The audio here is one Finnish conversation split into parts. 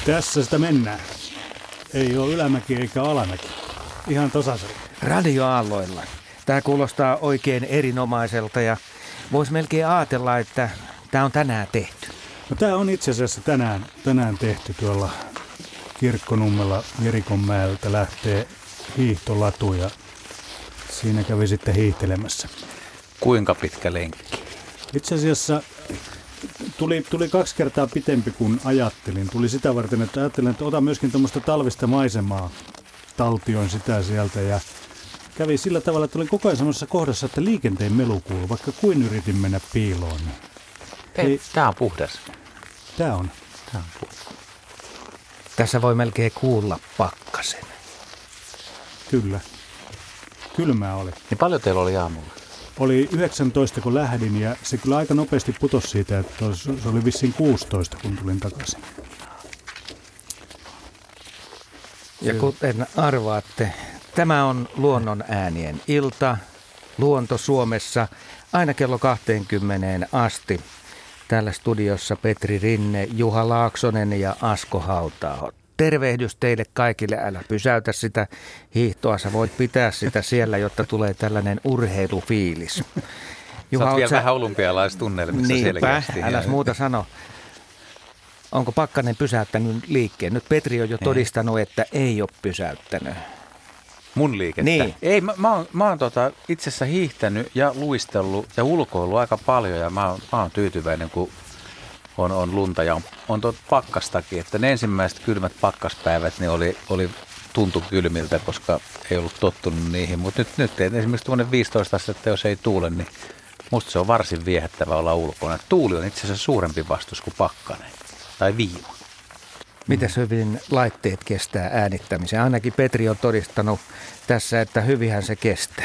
Tässä sitä mennään. Ei ole ylämäki eikä alamäki. Ihan tasaisella. Radioaalloilla. Tämä kuulostaa oikein erinomaiselta ja voisi melkein ajatella, että tämä on tänään tehty. No, tämä on itse asiassa tänään tehty tuolla Kirkkonummella Jerikonmäeltä lähtee hiihtolatu ja siinä kävi sitten hiihtelemässä. Kuinka pitkä lenkki? Itse asiassa tuli 2 kertaa pitempi kuin ajattelin. Tuli sitä varten, että ajattelin, että otan myöskin tuommoista talvista maisemaa. Taltioin sitä sieltä ja kävi sillä tavalla, että olin koko ajan samassa kohdassa, että liikenteen melu kuuluu, vaikka kuin yritin mennä piiloon. Tämä on puhdas. Tämä on puhdas. Tässä voi melkein kuulla pakkasen. Kyllä. Kylmää oli. Niin paljon teillä oli aamulla? Oli 19, kun lähdin ja se kyllä aika nopeasti putosi siitä, että se oli vissiin 16, kun tulin takaisin. Ja kuten arvaatte, tämä on luonnon äänien ilta, Luonto Suomessa, aina kello 20 asti. Täällä studiossa Petri Rinne, Juha Laaksonen ja Asko Hauta-aho. Tervehdys teille kaikille, älä pysäytä sitä hiihtoa, sä voit pitää sitä siellä, jotta tulee tällainen urheilufiilis. Juha, sä oot vielä vähän olympialaistunnelmissa selkeästi. Niinpä, äläs muuta sano. Onko Pakkanen pysäyttänyt liikkeen? Nyt Petri on jo todistanut, että ei ole pysäyttänyt. Mun liikettä? Niin. Ei, mä oon itse asiassa hiihtänyt ja luistellut ja ulkoillut aika paljon ja mä oon tyytyväinen, kun on lunta ja on pakkastakin. Että ne ensimmäiset kylmät pakkaspäivät niin tuntui kylmiltä, koska ei ollut tottunut niihin. Mutta nyt esimerkiksi tuonne 15 astetta, jos ei tuule, niin musta se on varsin viehättävä olla ulkona. Tuuli on itse asiassa suurempi vastus kuin pakkanen tai viima. Mites hyvin laitteet kestää äänittämisen? Ainakin Petri on todistanut tässä, että hyvinhän se kestää.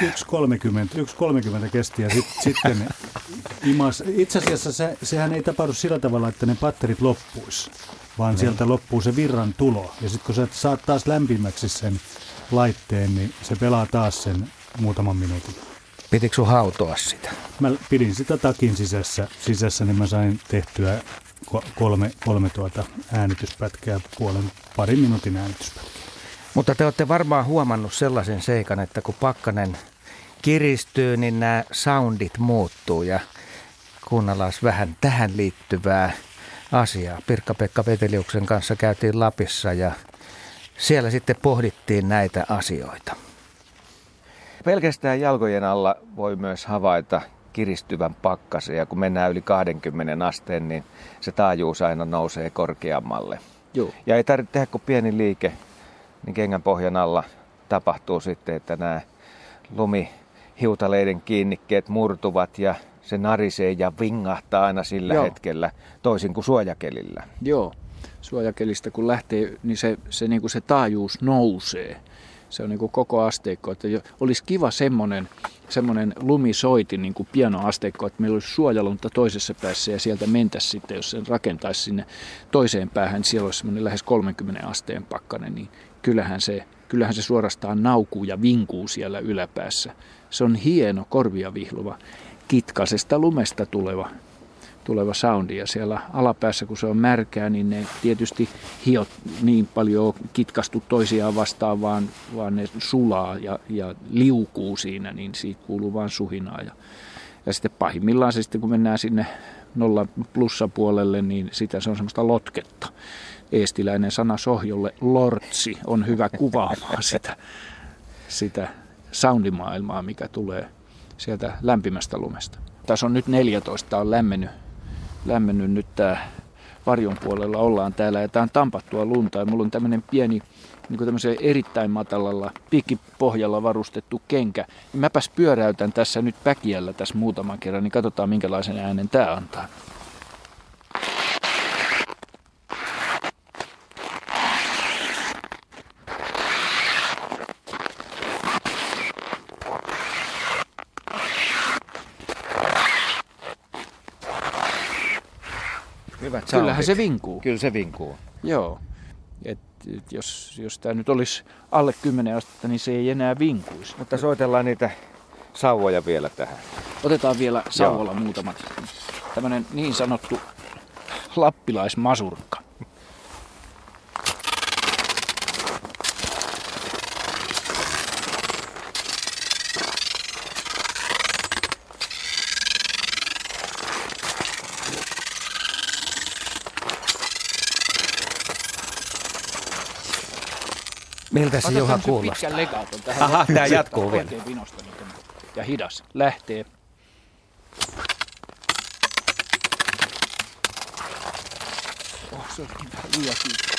1.30 kesti ja sitten itse asiassa sehän ei tapahdu sillä tavalla, että ne patterit loppuisi, vaan sieltä loppuu se virran tulo. Ja sitten kun sä saat taas lämpimäksi sen laitteen, niin se pelaa taas sen muutaman minuutin. Pitikö sun hautoa sitä? Mä pidin sitä takin sisässä, niin mä sain tehtyä kolme äänityspätkää, parin minuutin äänityspätkää. Mutta te olette varmaan huomannut sellaisen seikan, että kun pakkanen kiristyy, niin nämä soundit muuttuu ja kuunnellaan vähän tähän liittyvää asiaa. Pirkka-Pekka Peteliuksen kanssa käytiin Lapissa ja siellä sitten pohdittiin näitä asioita. Pelkästään jalkojen alla voi myös havaita kiristyvän pakkasen ja kun mennään yli 20 asteen, niin se taajuus aina nousee korkeammalle. Joo. Ja ei tarvitse tehdä kuin pieni liike, niin kengän pohjan alla tapahtuu sitten, että nämä lumihiutaleiden kiinnikkeet murtuvat ja se narisee ja vingahtaa aina sillä hetkellä, toisin kuin suojakelillä. Joo, suojakelistä kun lähtee, niin se taajuus nousee. Se on niin kuin koko asteikko. Että olisi kiva semmoinen lumisoitin niin kuin pianoasteikko, että meillä olisi suojalunta toisessa päässä ja sieltä mentäisiin sitten, jos sen rakentaisi sinne toiseen päähän, niin siellä olisi semmoinen lähes 30 asteen pakkanen, niin kyllähän se suorastaan naukuu ja vinkuu siellä yläpäässä. Se on hieno, korvia vihluva, kitkasesta lumesta tuleva soundi. Ja siellä alapäässä, kun se on märkää, niin ne tietysti hiot niin paljon kitkastu toisiaan vastaan, vaan ne sulaa ja liukuu siinä, niin siitä kuuluu vaan suhinaa. Ja sitten pahimmillaan se sitten, kun mennään sinne 0 plussapuolelle, niin sitä se on semmoista lotketta. Eestiläinen sana sohjolle lortsi on hyvä kuvaamaan sitä soundimaailmaa, mikä tulee sieltä lämpimästä lumesta. Tässä on nyt 14, on lämmennyt nyt tämä varjon puolella, ollaan täällä ja tämä on tampattua lunta ja mulla on tämmöinen pieni, niin kuin tämmöisen erittäin matalalla piikkipohjalla varustettu kenkä. Mäpäs pyöräytän tässä nyt päkiällä tässä muutaman kerran, niin katsotaan minkälaisen äänen tämä antaa. Kyllähän se vinkuu. Kyllä se vinkuu. Joo. Et jos tämä nyt olisi alle 10 astetta, niin se ei enää vinkuisi. Mutta soitellaan niitä sauvoja vielä tähän. Otetaan vielä sauvolla muutamat. Tämmöinen niin sanottu lappilaismasurkka. Miltä se Juha kuulostaa? Pitkän legaton tähän. Aha, tämä jatkuu vielä. Ja hidas. Lähtee. Se on liian kiinni.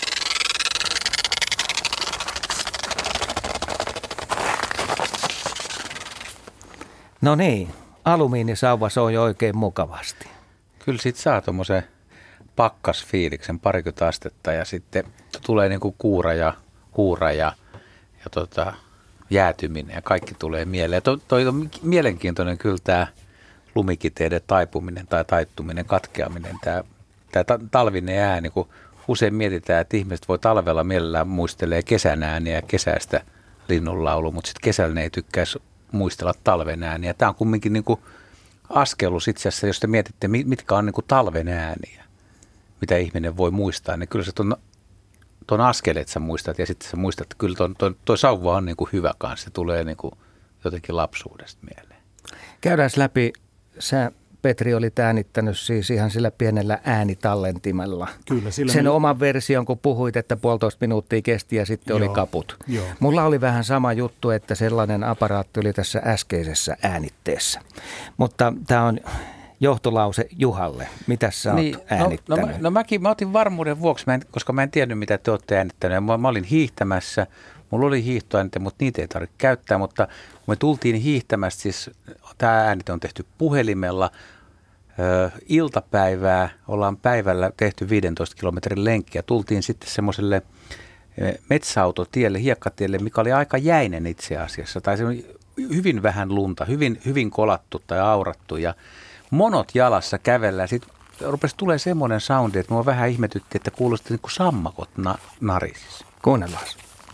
No niin, alumiinisauva soi oikein mukavasti. Kyllä sit saa tommosen pakkasfiiliksen 20 astetta ja sitten tulee niinku kuura ja huura ja jäätyminen ja kaikki tulee mieleen. Toi on mielenkiintoinen kyllä tämä lumikiteiden taipuminen tai taittuminen, katkeaminen, tämä talvinen ääni, kun usein mietitään, että ihmiset voi talvella mielellään muistelee kesän ääniä ja kesäistä linnunlaulu, mutta sitten kesällä ne ei tykkäisi muistella talven ääniä. Tämä on kumminkin niinku askelus itse asiassa, jos te mietitte, mitkä on niinku talven ääniä, mitä ihminen voi muistaa, niin kyllä se tuon askeleet sä muistat ja sitten sä muistat, että kyllä toi sauva on niinku hyvä kanssa, se tulee niinku jotenkin lapsuudesta mieleen. Käydään läpi, sä Petri olit äänittänyt siis ihan sillä pienellä äänitallentimella. Kyllä, sillä sen oman version, kun puhuit, että 1,5 minuuttia kesti ja sitten oli kaput. Joo. Mulla oli vähän sama juttu, että sellainen aparaatti oli tässä äskeisessä äänitteessä. Mutta tämä on johtolause Juhalle. Mitäs sä oot äänittänyt? Mä otin varmuuden vuoksi, koska mä en tiennyt mitä te olette äänittäneet. Mä olin hiihtämässä, mulla oli hiihtoäänite, mutta niitä ei tarvitse käyttää. Mutta kun me tultiin hiihtämästä, siis tämä äänite on tehty puhelimella. Iltapäivää ollaan päivällä tehty 15 kilometrin lenkkiä. Tultiin sitten semmoiselle metsäautotielle, hiekkatielle, mikä oli aika jäinen itse asiassa. Tai se oli hyvin vähän lunta, hyvin kolattu tai aurattu ja monot jalassa kävellä. Sitten rupesi tulee semmoinen soundi, että mua vähän ihmetytti, että kuulosti niin kuin sammakot narisissa. Kuunnellaan.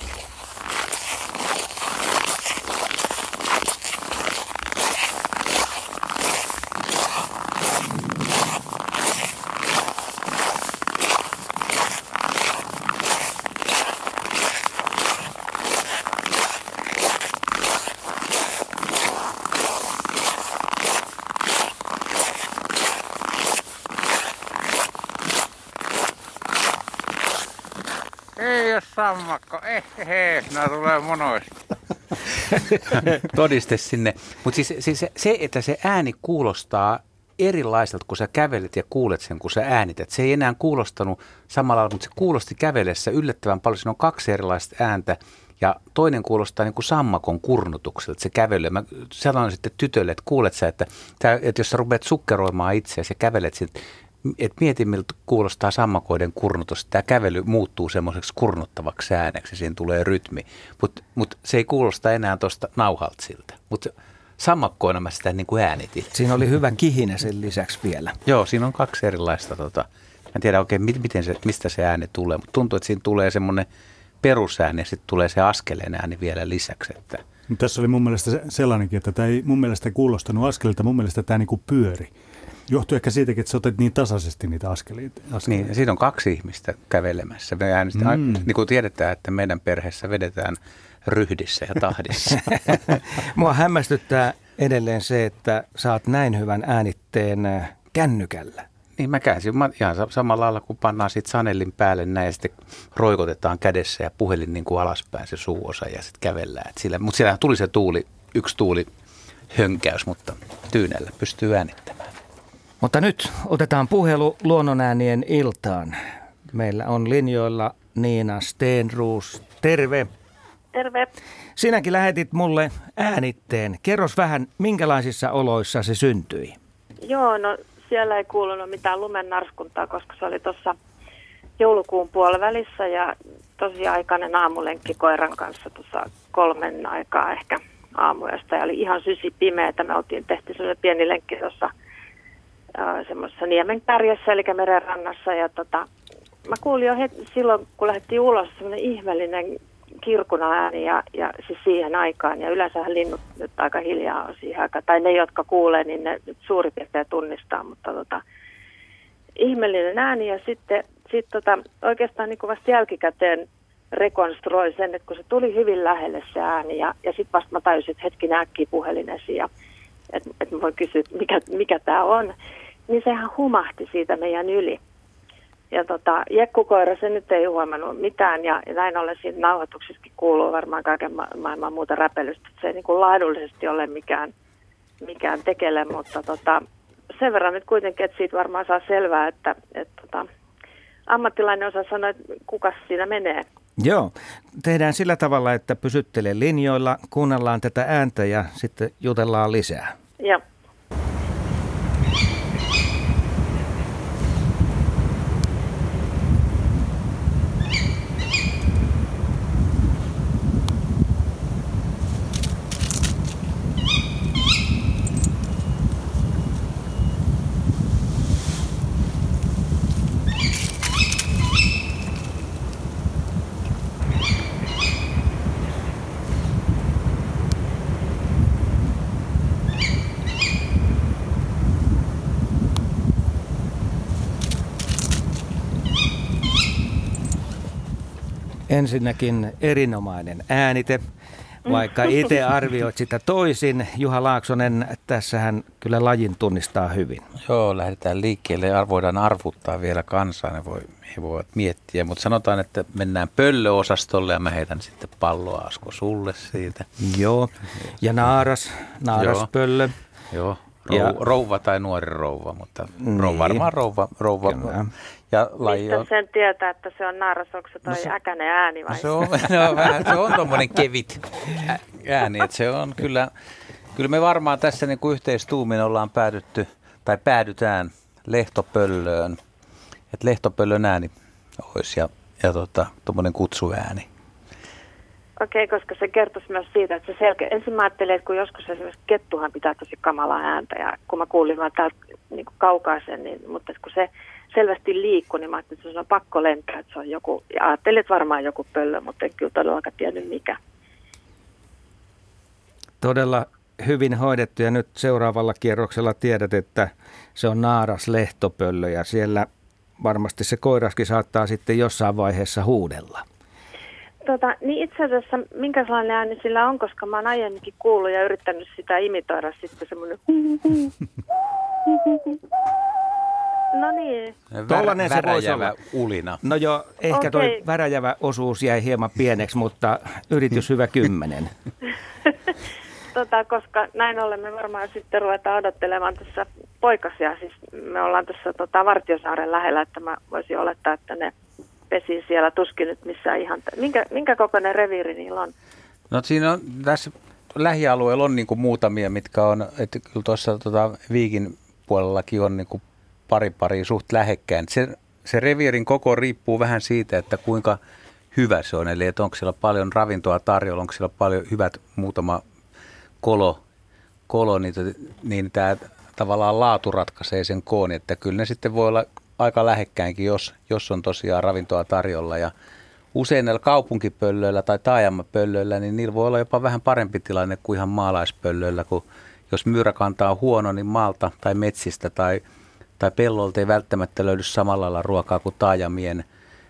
Ei ole sammakko, nämä tulee monoista. Todiste sinne. Mutta siis se, että se ääni kuulostaa erilaiselta, kun sä kävelet ja kuulet sen, kun sä äänität. Se ei enää kuulostanut samalla lailla, mutta se kuulosti kävelessä yllättävän paljon. Siinä on 2 erilaista ääntä ja toinen kuulostaa niin kuin sammakon kurnutukselta, se kävely. Mä sanoin sitten tytölle, että kuulet sä, että jos sä rupeat sukkeroimaan itseäsi ja kävelet siitä, että mieti, miltä kuulostaa sammakoiden kurnutus. Tämä kävely muuttuu semmoiseksi kurnuttavaksi ääneksi, siinä tulee rytmi. Mutta se ei kuulosta enää tuosta nauhalta siltä. Mutta sammakkoina mä sitä niin kuin äänitin. Siinä oli hyvä kihinä sen lisäksi vielä. Joo, siinä on 2 erilaista. En tiedä oikein, mistä se ääni tulee, mutta tuntuu, että siinä tulee semmoinen perusääni ja sitten tulee se askeleen ääni vielä lisäksi. Että tässä oli mun mielestä sellainenkin, että tämä ei mun mielestä kuulostanut askeleilta, mun mielestä tämä niin kuin pyöri. Johtuu ehkä siitäkin, että sä otat niin tasaisesti niitä askeleita. Niin, ja siinä on 2 ihmistä kävelemässä. Me niin kuin tiedetään, että meidän perheessä vedetään ryhdissä ja tahdissa. Mua hämmästyttää edelleen se, että saat näin hyvän äänitteen kännykällä. Niin mä käänsin ihan samalla lailla, kun pannaan sitten sanelin päälle näin ja sitten roikotetaan kädessä ja puhelin niin kuin alaspäin se suuosa ja sitten kävellään. Mutta siellä tuli se yksi tuuli hönkäys, mutta tyynellä pystyy äänittämään. Mutta nyt otetaan puhelu Luonnonäänien iltaan. Meillä on linjoilla Niina Stenroos. Terve. Terve. Sinäkin lähetit mulle äänitteen. Kerros vähän, minkälaisissa oloissa se syntyi? Joo, no siellä ei kuulunut mitään lumen narskuntaa, koska se oli tuossa joulukuun puolivälissä ja tosi aikainen aamulenkki koiran kanssa tuossa 3 aikaa ehkä aamuyöstä. Ja oli ihan sysi pimeätä. Me oltiin tehty sellainen pieni lenkki tuossa semmoisessa niemen kärjessä, eli meren rannassa. Ja mä kuulin jo silloin, kun lähdettiin ulos, semmoinen ihmeellinen kirkuna ääni ja siis siihen aikaan. Ja yleensähän linnut nyt aika hiljaa on siihen aikaan. Tai ne, jotka kuulee, niin ne nyt suurin piirtein tunnistaa. Mutta ihmeellinen ääni ja sitten oikeastaan niin kuin vasta jälkikäteen rekonstruoi sen, että kun se tuli hyvin lähelle se ääni ja sitten vasta mä tajusin, että hetki äkkiä puhelin esiin että mä voin kysyä, mikä tämä on, niin sehän humahti siitä meidän yli. jekkukoira, se nyt ei huomannut mitään ja näin ollen siinä nauhoituksessakin kuuluu varmaan kaiken maailman muuta räpelystä. Se ei niin kuin laadullisesti ole mikään tekele, mutta sen verran nyt kuitenkin, että siitä varmaan saa selvää, että ammattilainen osaa sanoa, että kuka siinä menee. Joo, tehdään sillä tavalla, että pysyttelee linjoilla, kuunnellaan tätä ääntä ja sitten jutellaan lisää. Joo. Ensinnäkin erinomainen äänite, vaikka itse arvioit sitä toisin. Juha Laaksonen, tässähän kyllä lajin tunnistaa hyvin. Joo, lähdetään liikkeelle ja voidaan arvuttaa vielä kansaa, he voivat miettiä. Mutta sanotaan, että mennään pöllöosastolle ja mä heitän sitten palloa, Asko, sulle siitä. Joo, ja naaraspöllö. Joo, rouva tai nuori rouva, mutta varmaan rouva. Ja mistä sen tietää, että se on naaras, onko se toi äkäinen ääni vai? Se on tommoinen kevit ääni, että se on kyllä me varmaan tässä niin kuin yhteistuumin ollaan päädytään lehtopöllöön, että lehtopöllön ääni olisi ja tommoinen kutsuääni. Okei, koska se kertoisi myös siitä, että ensin mä ajattelin, että kun joskus esimerkiksi kettuhan pitää tosi kamalaa ääntä ja kun mä kuulin vaan täältä niin kaukaa sen, mutta kun se selvästi liikkui, niin mä ajattelin, että se on pakko lentää, että se on joku, ja ajattelin, että varmaan joku pöllö, mutta en kyllä todellakaan tiennyt mikä. Todella hyvin hoidettu ja nyt seuraavalla kierroksella tiedät, että se on naaras lehtopöllö ja siellä varmasti se koiraskin saattaa sitten jossain vaiheessa huudella. Niin itse asiassa minkälainen ääni sillä on, koska mä oon aiemminkin kuullut ja yrittänyt sitä imitoida sitten semmoinen No niin. Tollainen se voisi olla. Ulina. No joo, ehkä toi väräjävä osuus jäi hieman pieneksi, mutta yritys hyvä 10. Koska näin ollen me varmaan sitten ruvetaan odottelemaan tässä poikasia. Siis me ollaan tässä Vartiosaaren lähellä, että mä voisin olettaa, että ne pesii siellä tuskin nyt missään ihan. Minkä kokoinen reviiri niillä on? No siinä on tässä lähialueella on niin kuin muutamia, mitkä on, että kyllä tuossa Viikin puolellakin on niin kuin pari suht lähekkäin. Se reviirin koko riippuu vähän siitä, että kuinka hyvä se on. Eli että onko siellä paljon ravintoa tarjolla, onko siellä paljon hyvät muutama kolo niin tämä tavallaan laatu ratkaisee sen koon. Että kyllä ne sitten voi olla aika lähekkäinkin, jos on tosiaan ravintoa tarjolla. Ja usein näillä kaupunkipöllöillä tai taajamapöllöillä, niin niillä voi olla jopa vähän parempi tilanne kuin ihan maalaispöllöillä, kun jos myyräkanta on huono, niin maalta tai metsistä tai pellolta ei välttämättä löydy samalla lailla ruokaa kuin taajamien,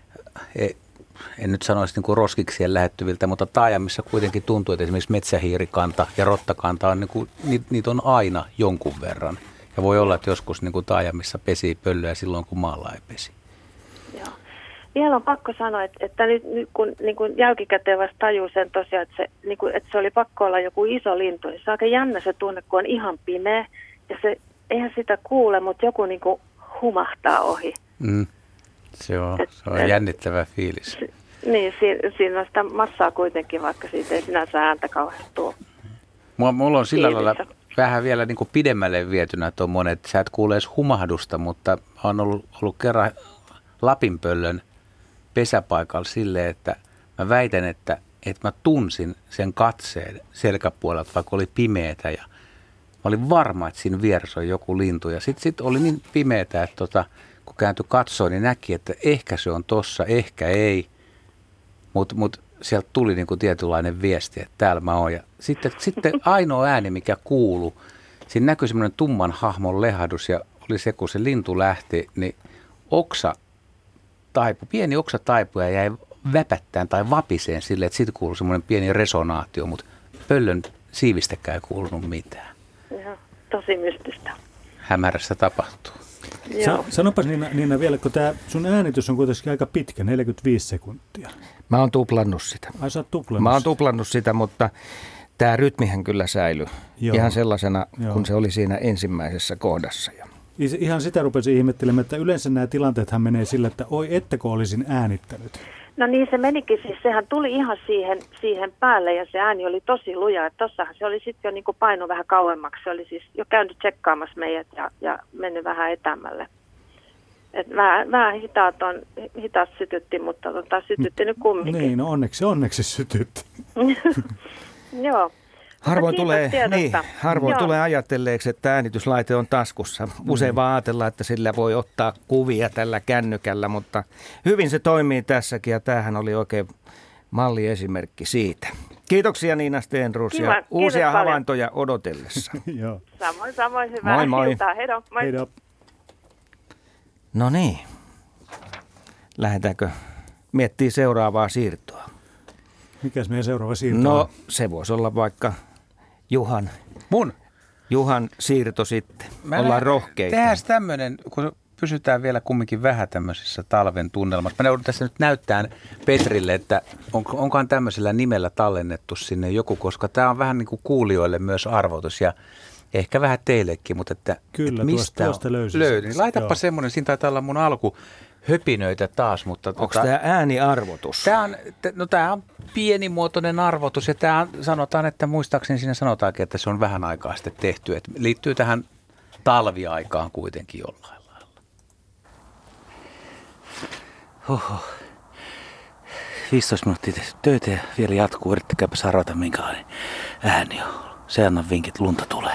en nyt sanoisi niin kuin roskiksien lähettyviltä, mutta taajamissa kuitenkin tuntuu, että esimerkiksi metsähiirikanta ja rottakanta on, niin kuin, niitä on aina jonkun verran. Ja voi olla, että joskus niin kuin taajamissa pesii pöllöä silloin, kun maalla ei pesi. Joo. Vielä on pakko sanoa, että nyt kun niin kuin jälkikäteen vasta tajuu sen tosiaan, että se oli pakko olla joku iso lintu, niin se on aika jännä se tunne, kun on ihan pimeä ja eihän sitä kuule, mutta joku niin kuin humahtaa ohi. Se on jännittävä fiilis. Niin, siinä on sitä massaa kuitenkin, vaikka siitä ei sinänsä ääntä kauheasti tule. Mulla on sillä lailla vähän vielä niin kuin pidemmälle vietynä tuommoinen, että sä et kuule edes humahdusta, mutta on ollut kerran Lapinpöllön pesäpaikalla silleen, että mä väitän, että mä tunsin sen katseen selkäpuolelta, vaikka oli pimeätä ja mä olin varma, että siinä vieressä on joku lintu ja sitten oli niin pimeätä, että kun kääntyi katsoin, niin näki, että ehkä se on tossa, ehkä ei, mutta sieltä tuli niinku tietynlainen viesti, että täällä mä oon. Ja sitten ainoa ääni, mikä kuului, siinä näkyi semmoinen tumman hahmon lehdus ja oli se, kun se lintu lähti, niin pieni oksa taipui ja jäi väpättään tai vapiseen silleen, että siitä kuului semmoinen pieni resonaatio, mutta pöllön siivistäkään ei kuulunut mitään. Joo, tosi mystistä. Hämärässä tapahtuu. Joo. Sanopas Niina vielä, kun tämä sun äänitys on kuitenkin aika pitkä, 45 sekuntia. Mä oon tuplannut sitä. Ai sä oot tuplannut Mä oon sitä. tuplannut sitä, mutta tämä rytmihän kyllä säilyi Joo. ihan sellaisena, Joo. kun se oli siinä ensimmäisessä kohdassa. Ihan sitä rupesin ihmettelemään, että yleensä nämä tilanteethan menee sillä, että oi ettäkö olisin äänittänyt. No niin se menikin, siis sehän tuli ihan siihen päälle ja se ääni oli tosi luja. Että tossahan se oli sitten jo niin kuin painu vähän kauemmaksi. Se oli siis jo käynyt tsekkaamassa meidät ja mennyt vähän etämälle. Et vähän hitaasti sytytti, mutta sytytti nyt kumminkin. Niin, no onneksi sytytti. Joo. Harvoin Joo. tulee ajatelleeksi, että äänityslaite on taskussa. Usein vaan ajatellaan, että sillä voi ottaa kuvia tällä kännykällä, mutta hyvin se toimii tässäkin ja tämähän oli oikein malliesimerkki siitä. Kiitoksia Niina Stenroos Kiva, ja kiitos uusia paljon. havaintoja odotellessa. Joo. Samoin, hyvää Moi, moi. iltaa. Heido, moi. Heido. No niin, lähdetäänkö miettimään seuraavaa siirtoa? Mikäs meidän seuraava siirto No on? se voisi olla vaikka Mun? Juhan siirto sitten. Ollaan rohkeita. Tehdään tämmöinen, kun pysytään vielä kumminkin vähän tämmöisessä talven tunnelmassa. Mä joudun tässä nyt näyttämään Petrille, että onkohan tämmöisellä nimellä tallennettu sinne joku, koska tämä on vähän niin kuin kuulijoille myös arvotus ja ehkä vähän teillekin, mutta että Kyllä, mistä tuosta löysin. Niin laitapa Joo. semmoinen, siinä taitaa olla mun höpinöitä taas, mutta Onko tämä ääniarvotus? Tämä on pienimuotoinen arvotus ja tämä sanotaan, että muistaakseni siinä sanotaankin, että se on vähän aikaa sitten tehty. Että liittyy tähän talviaikaan kuitenkin jollain lailla. Oho. 15 minuuttia töitä ja vielä jatkuu. Yrittäkääpä sarata minkälainen ääni on. Se anna vinkit, lunta tulee.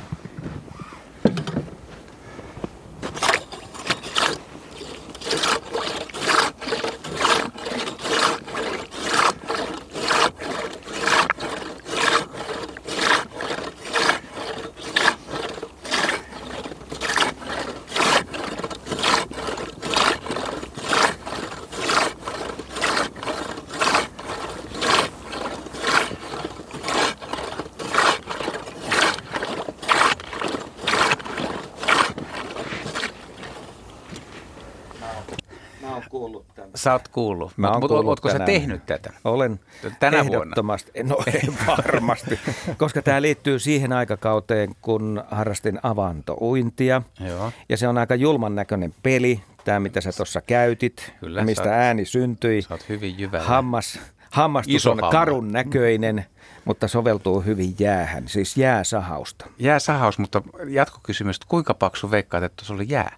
Sä oot kuullut. Mutta ootko sä tehnyt tätä? Olen Tänä ehdottomasti. No en varmasti, koska tämä liittyy siihen aikakauteen, kun harrastin avantouintia. Joo. Ja se on aika julman näköinen peli, tämä mitä sä tuossa käytit, Kyllä, mistä ääni syntyi. Sä oot hyvin jyvällä. Hammastus Iso on hamma. karun näköinen, mutta soveltuu hyvin jäähän, siis jääsahausta. Jääsahaus, mutta jatkokysymys, että kuinka paksu veikkaat, että se oli jää?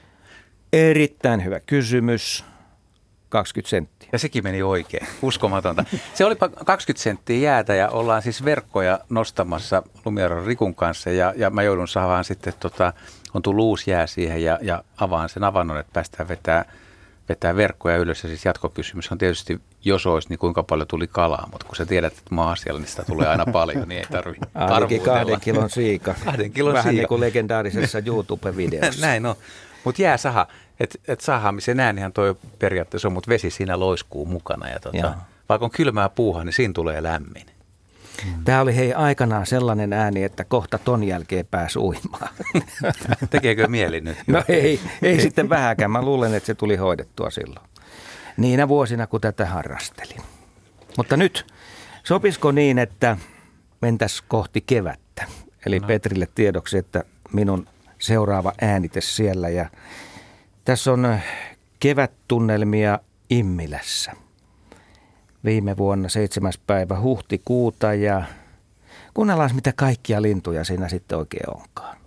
Erittäin hyvä kysymys. 20 senttiä. Ja sekin meni oikein. Uskomatonta. Se oli 20 senttiä jäätä ja ollaan siis verkkoja nostamassa Lumieron Rikun kanssa ja mä joudun saavaan sitten, on tullut uusi jää siihen ja avaan sen avannon, että päästään vetää verkkoja ylös. Ja siis jatkokysymys on tietysti, jos olisi, niin kuinka paljon tuli kalaa, mutta kun sä tiedät, että maasialla, niin sitä tulee aina paljon, niin ei tarvitse Ainakin 2 kilon siika. 2 kilon Vähän siika. niin kuin legendaarisessa YouTube-videossa. Näin on. Mutta jääsaha, että sahaamisen äänihän toi periaatteessa on, mutta vesi siinä loiskuu mukana. Ja vaikka on kylmää puuhaa, niin siinä tulee lämmin. Tämä oli aikanaan sellainen ääni, että kohta ton jälkeen pääsi uimaan. Tekeekö mieli nyt? No ei sitten vähäkään. Mä luulen, että se tuli hoidettua silloin. Niinä vuosina, kun tätä harrastelin. Mutta nyt, sopisiko niin, että mentäs kohti kevättä? Eli Petrille tiedoksi, että minun seuraava äänite siellä. Ja tässä on kevättunnelmia Immilässä. Viime vuonna 7. päivä huhtikuuta ja kuunnellaan mitä kaikkia lintuja siinä sitten oikein onkaan.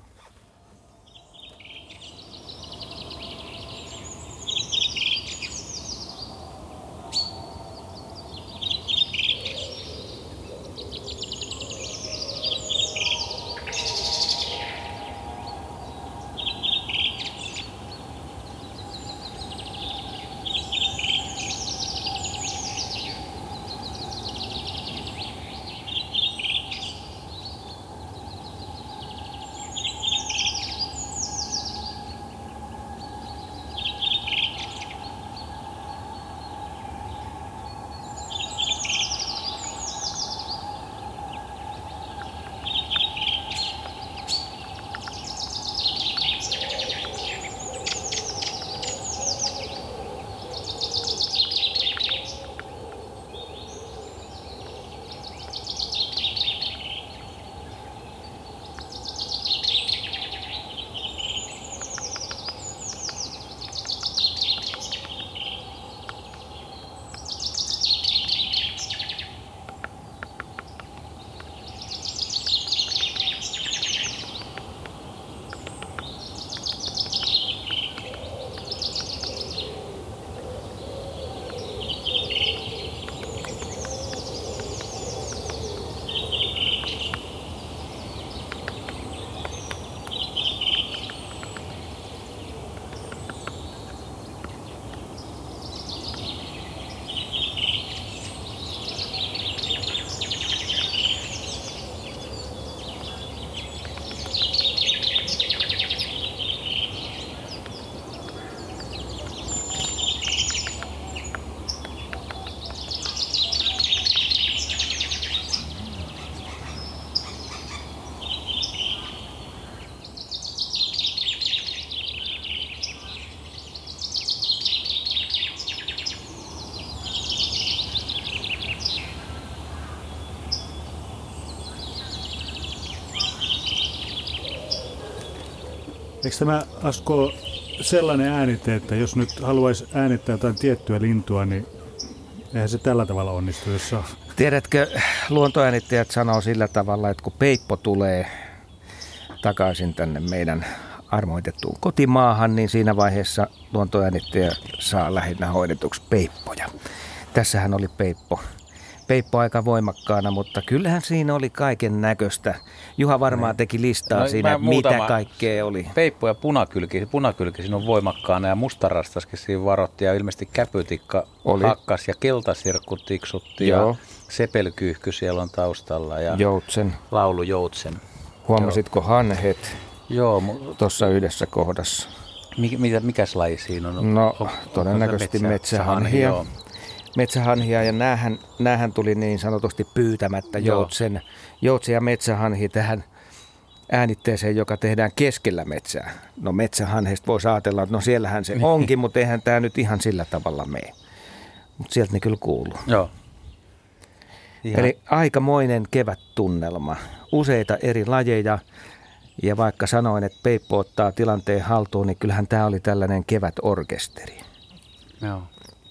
Eikö tämä, Asko, sellainen äänite, että jos nyt haluaisi äänittää jotain tiettyä lintua, niin eihän se tällä tavalla onnistu, jos saa. Tiedätkö, luontoäänittäjät sanoo sillä tavalla, että kun peippo tulee takaisin tänne meidän armoitettuun kotimaahan, niin siinä vaiheessa luontoäänittäjä saa lähinnä hoidetuksi peippoja. Tässähän oli peippo aika voimakkaana, mutta kyllähän siinä oli kaiken näköistä. Juha varmaan teki listaa siinä, mitä kaikkea oli. Peippo ja punakylki. Punakylki siinä on voimakkaana ja mustarastaskin siinä varotti ja ilmeisesti käpytikka hakkas ja keltasirkku tiksutti. Joo. Ja sepelkyyhky siellä on taustalla ja laulujoutsen. Huomasitko hanhet? Joo. Tuossa yhdessä kohdassa. Mikäs laji siinä on? No todennäköisesti metsähanhia. Metsähanhia ja näähän tuli niin sanotusti pyytämättä joutsen ja metsähanhi tähän äänitteeseen, joka tehdään keskellä metsää. No metsähanhesta voisi ajatella, että no siellähän se onkin, mutta eihän tämä nyt ihan sillä tavalla mene. Mutta sieltä ne kyllä kuuluu. Joo. Ihan. Eli aikamoinen kevättunnelma. Useita eri lajeja ja vaikka sanoin, että peippo ottaa tilanteen haltuun, niin kyllähän tämä oli tällainen kevätorkesteri. Joo.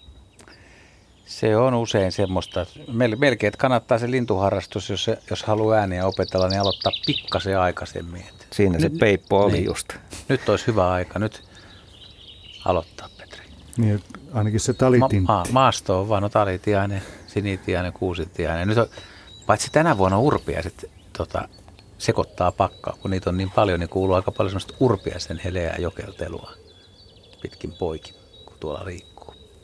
Se on usein semmoista, melkein, että kannattaa se lintuharrastus, jos haluaa ääniä opetella, niin aloittaa pikkasen aikaisemmin. Siinä se peippo oli just. Nyt olisi hyvä aika, nyt aloittaa, Petri. Niin, ainakin se talitintti. Maasto on vaan, no talitiainen, sinitiainen, kuusitiainen. Nyt on, paitsi tänä vuonna urpiaiset sekoittaa pakkaa, kun niitä on niin paljon, niin kuuluu aika paljon semmoista urpiaisen heleää jokeltelua pitkin poikin, kun tuolla liikkuu.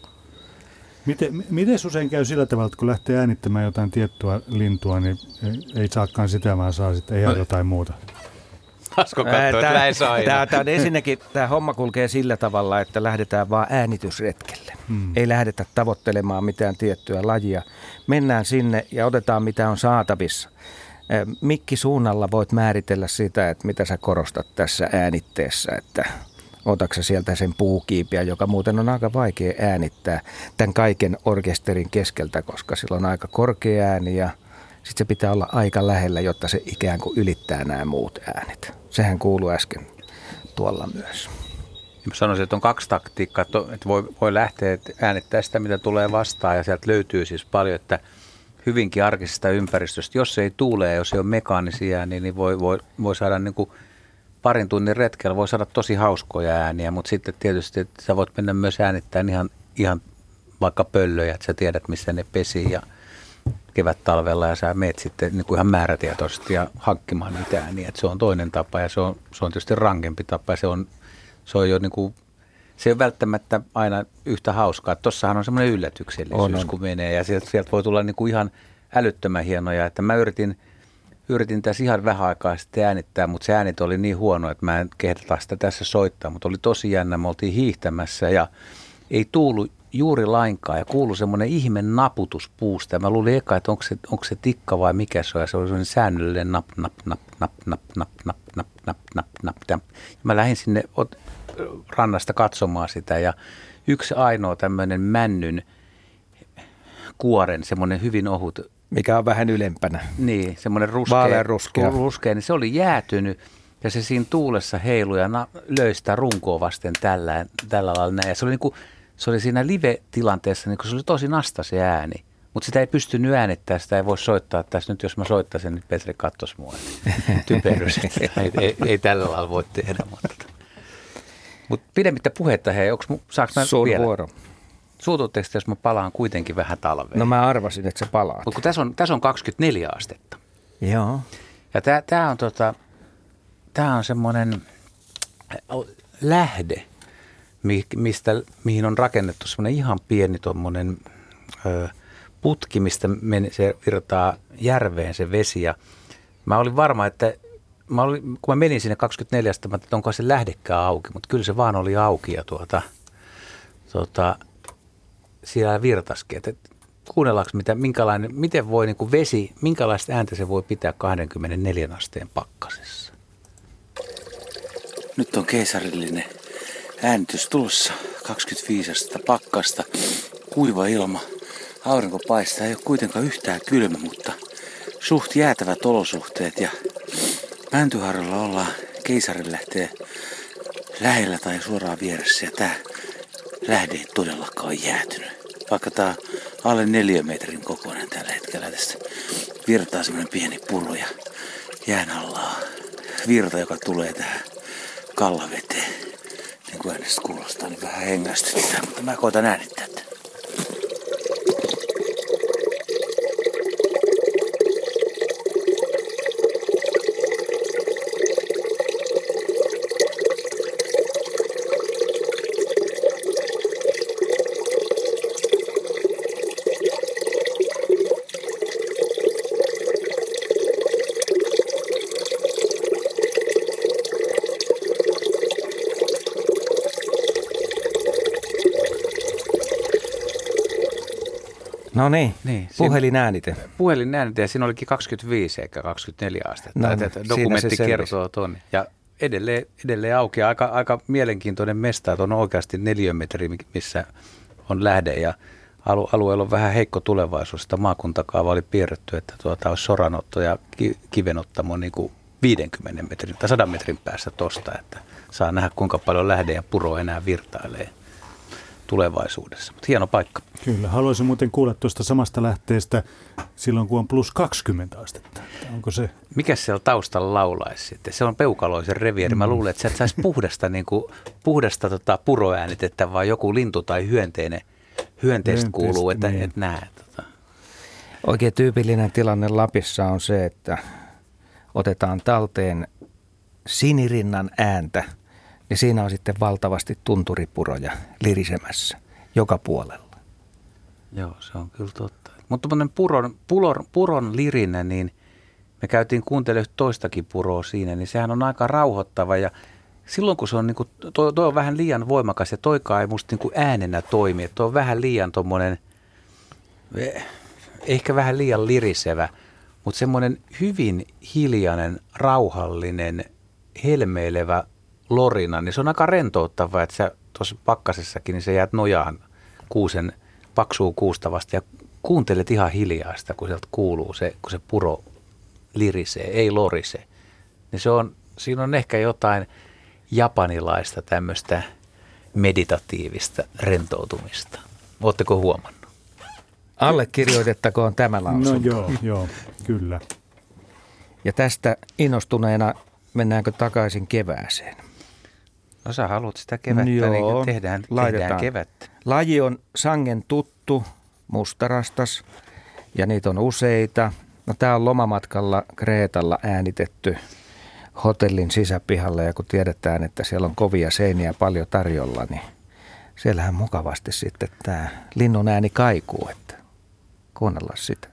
Miten usein käy sillä tavalla, että kun lähtee äänittämään jotain tiettyä lintua, niin ei saakaan sitä, vaan saa sitten ihan jotain muuta? Asko katsoo, että näin saa aina. Ensinnäkin tämä homma kulkee sillä tavalla, että lähdetään vaan äänitysretkelle. Ei lähdetä tavoittelemaan mitään tiettyä lajia. Mennään sinne ja otetaan mitä on saatavissa. Mikkisuunnalla voit määritellä sitä, että mitä sä korostat tässä äänitteessä, että otatko sieltä sen puukiipiä, joka muuten on aika vaikea äänittää tämän kaiken orkesterin keskeltä, koska sillä on aika korkea ääni ja sitten se pitää olla aika lähellä, jotta se ikään kuin ylittää nämä muut äänet. Sehän kuuluu äsken tuolla myös. Mä sanoisin, että on kaksi taktiikkaa, että voi lähteä äänittää sitä, mitä tulee vastaan ja sieltä löytyy siis paljon, että hyvinkin arkisesta ympäristöstä, jos ei tuule ja jos ei ole mekaanisia ääniä, niin voi saada niin kuin parin tunnin retkellä voi saada tosi hauskoja ääniä, mutta sitten tietysti että sä voit mennä myös äänittämään ihan vaikka pöllöjä, että sä tiedät, missä ne pesii ja kevät-talvella ja sä meet sitten niin kuin ihan määrätietoisesti ja hankkimaan niitä ääniä. Että se on toinen tapa ja se on tietysti rankempi tapa ja se on jo niin kuin, se ei ole välttämättä aina yhtä hauskaa. Tossahan on semmoinen yllätyksellisyys, kun menee ja sieltä voi tulla niin kuin ihan älyttömän hienoja, että mä yritin tässä ihan vähän aikaa sitten äänittää, mutta se äänit oli niin huono, että mä en kehdata sitä tässä soittaa, mutta oli tosi jännä. Me oltiin hiihtämässä ja ei tuulu juuri lainkaan ja kuului semmoinen ihme naputus puusta. Ja mä luulin eka, että onko se tikka vai mikä se on. Ja se oli semmoinen säännöllinen nap, nap, nap, nap, nap, nap, nap, nap, nap, nap, nap. Ja mä lähdin sinne rannasta katsomaan sitä ja yksi ainoa tämmöinen männyn kuoren, semmoinen hyvin ohut, mikä on vähän ylempänä. Niin, semmoinen ruskea, niin se oli jäätynyt ja se siinä tuulessa heilui ja löi sitä runkoa vasten tällä lailla näin. Ja se oli siinä live-tilanteessa, niin se oli tosi nasta se ääni. Mutta sitä ei pystynyt äänittämään, sitä ei voi soittaa tässä. Nyt jos mä soittaisin, niin Petri kattoisi mua. Typerys, ei tällä lailla voi tehdä. Mutta pidemmittä puhetta, hei, saanko mä sun vielä? Vuoro. Suututteko jos mä palaan kuitenkin vähän talveen? No mä arvasin, että sä palaat. Mutta tässä on 24 astetta. Joo. Ja tää on semmoinen lähde, mihin on rakennettu semmoinen ihan pieni tommonen putki, mistä se virtaa järveen se vesi. Ja mä olin varma, että kun mä menin sinne 24, että onko se lähdekään auki, mutta kyllä se vaan oli auki ja siellä virtaskin, että kuunnellaanko miten voi niin kuin vesi, minkälaista ääntä se voi pitää 24 asteen pakkasessa. Nyt on keisarillinen äänitys tulossa, 25 astetta pakkasta, kuiva ilma, aurinko paistaa, ei ole kuitenkaan yhtään kylmä, mutta suht jäätävät olosuhteet ja Mäntyharjulla ollaan, keisari lähtee lähellä tai suoraan vieressä ja tää lähde ei todellakaan ole jäätynyt. Vaikka tää on alle 4 metrin kokoinen tällä hetkellä. Tästä virtaa semmonen pieni puro ja jään alla on virta, joka tulee tähän kallaveteen. Niin kuin äänestä kuulostaa, niin vähän hengästyttää, mutta mä koitan äänittää tämän. No niin, puhelinäänite. Puhelinäänite ja siinä olikin 25 eikä 24 astetta. No, dokumentti kertoo ton. Ja edelleen auki. Aika mielenkiintoinen mesta, että on oikeasti 4 metriä, missä on lähde ja alueella on vähän heikko tulevaisuus. Sitä maakuntakaava oli piirretty, että olisi soranotto ja kivenottamo niin kuin 50 metrin tai 100 metrin päässä tosta, että saa nähdä kuinka paljon lähde ja puro enää virtailee tulevaisuudessa. Mutta hieno paikka. Kyllä, haluaisin muuten kuulla tuosta samasta lähteestä silloin, kun on plus 20 astetta. Onko se? Mikä siellä taustalla laulaisi sitten? Se on peukaloisen revieri. Mä luulen, että sä et saisi puhdasta puroäänitettä, vaan joku lintu tai hyönteistä kuuluu, että niin. et näe. Oikein tyypillinen tilanne Lapissa on se, että otetaan talteen sinirinnan ääntä, niin siinä on sitten valtavasti tunturipuroja lirisemässä joka puolella. Joo, se on kyllä totta. Mutta puron lirinä, niin me käytiin kuuntelemaan toistakin puroa siinä, niin sehän on aika rauhoittava ja silloin kun se on, niin kuin, toi on vähän liian voimakas ja toikaan ei musta niin kuin äänenä toimi, että toi on vähän liian tommonen, ehkä vähän liian lirisevä, mutta semmoinen hyvin hiljainen, rauhallinen, helmeilevä lorina, niin se on aika rentouttava, että sä tuossa pakkasessakin, niin sä jäät nojaan paksuu kuusta vasta ja kuuntelet ihan hiljaa sitä, kun sieltä kuuluu se, kun se puro lirisee, ei lorise. Niin siinä on ehkä jotain japanilaista tämmöistä meditatiivista rentoutumista. Oletteko huomannut? Allekirjoitettakoon tämä lausunto. No joo, kyllä. Ja tästä innostuneena mennäänkö takaisin kevääseen? No sä haluat sitä kevättä, niin tehdään kevättä. Laji on sangen tuttu, mustarastas, ja niitä on useita. No tää on lomamatkalla Kreetalla äänitetty hotellin sisäpihalle, ja kun tiedetään, että siellä on kovia seiniä paljon tarjolla, niin siellähän mukavasti sitten tämä linnun ääni kaikuu, että kuunnellaan sitä.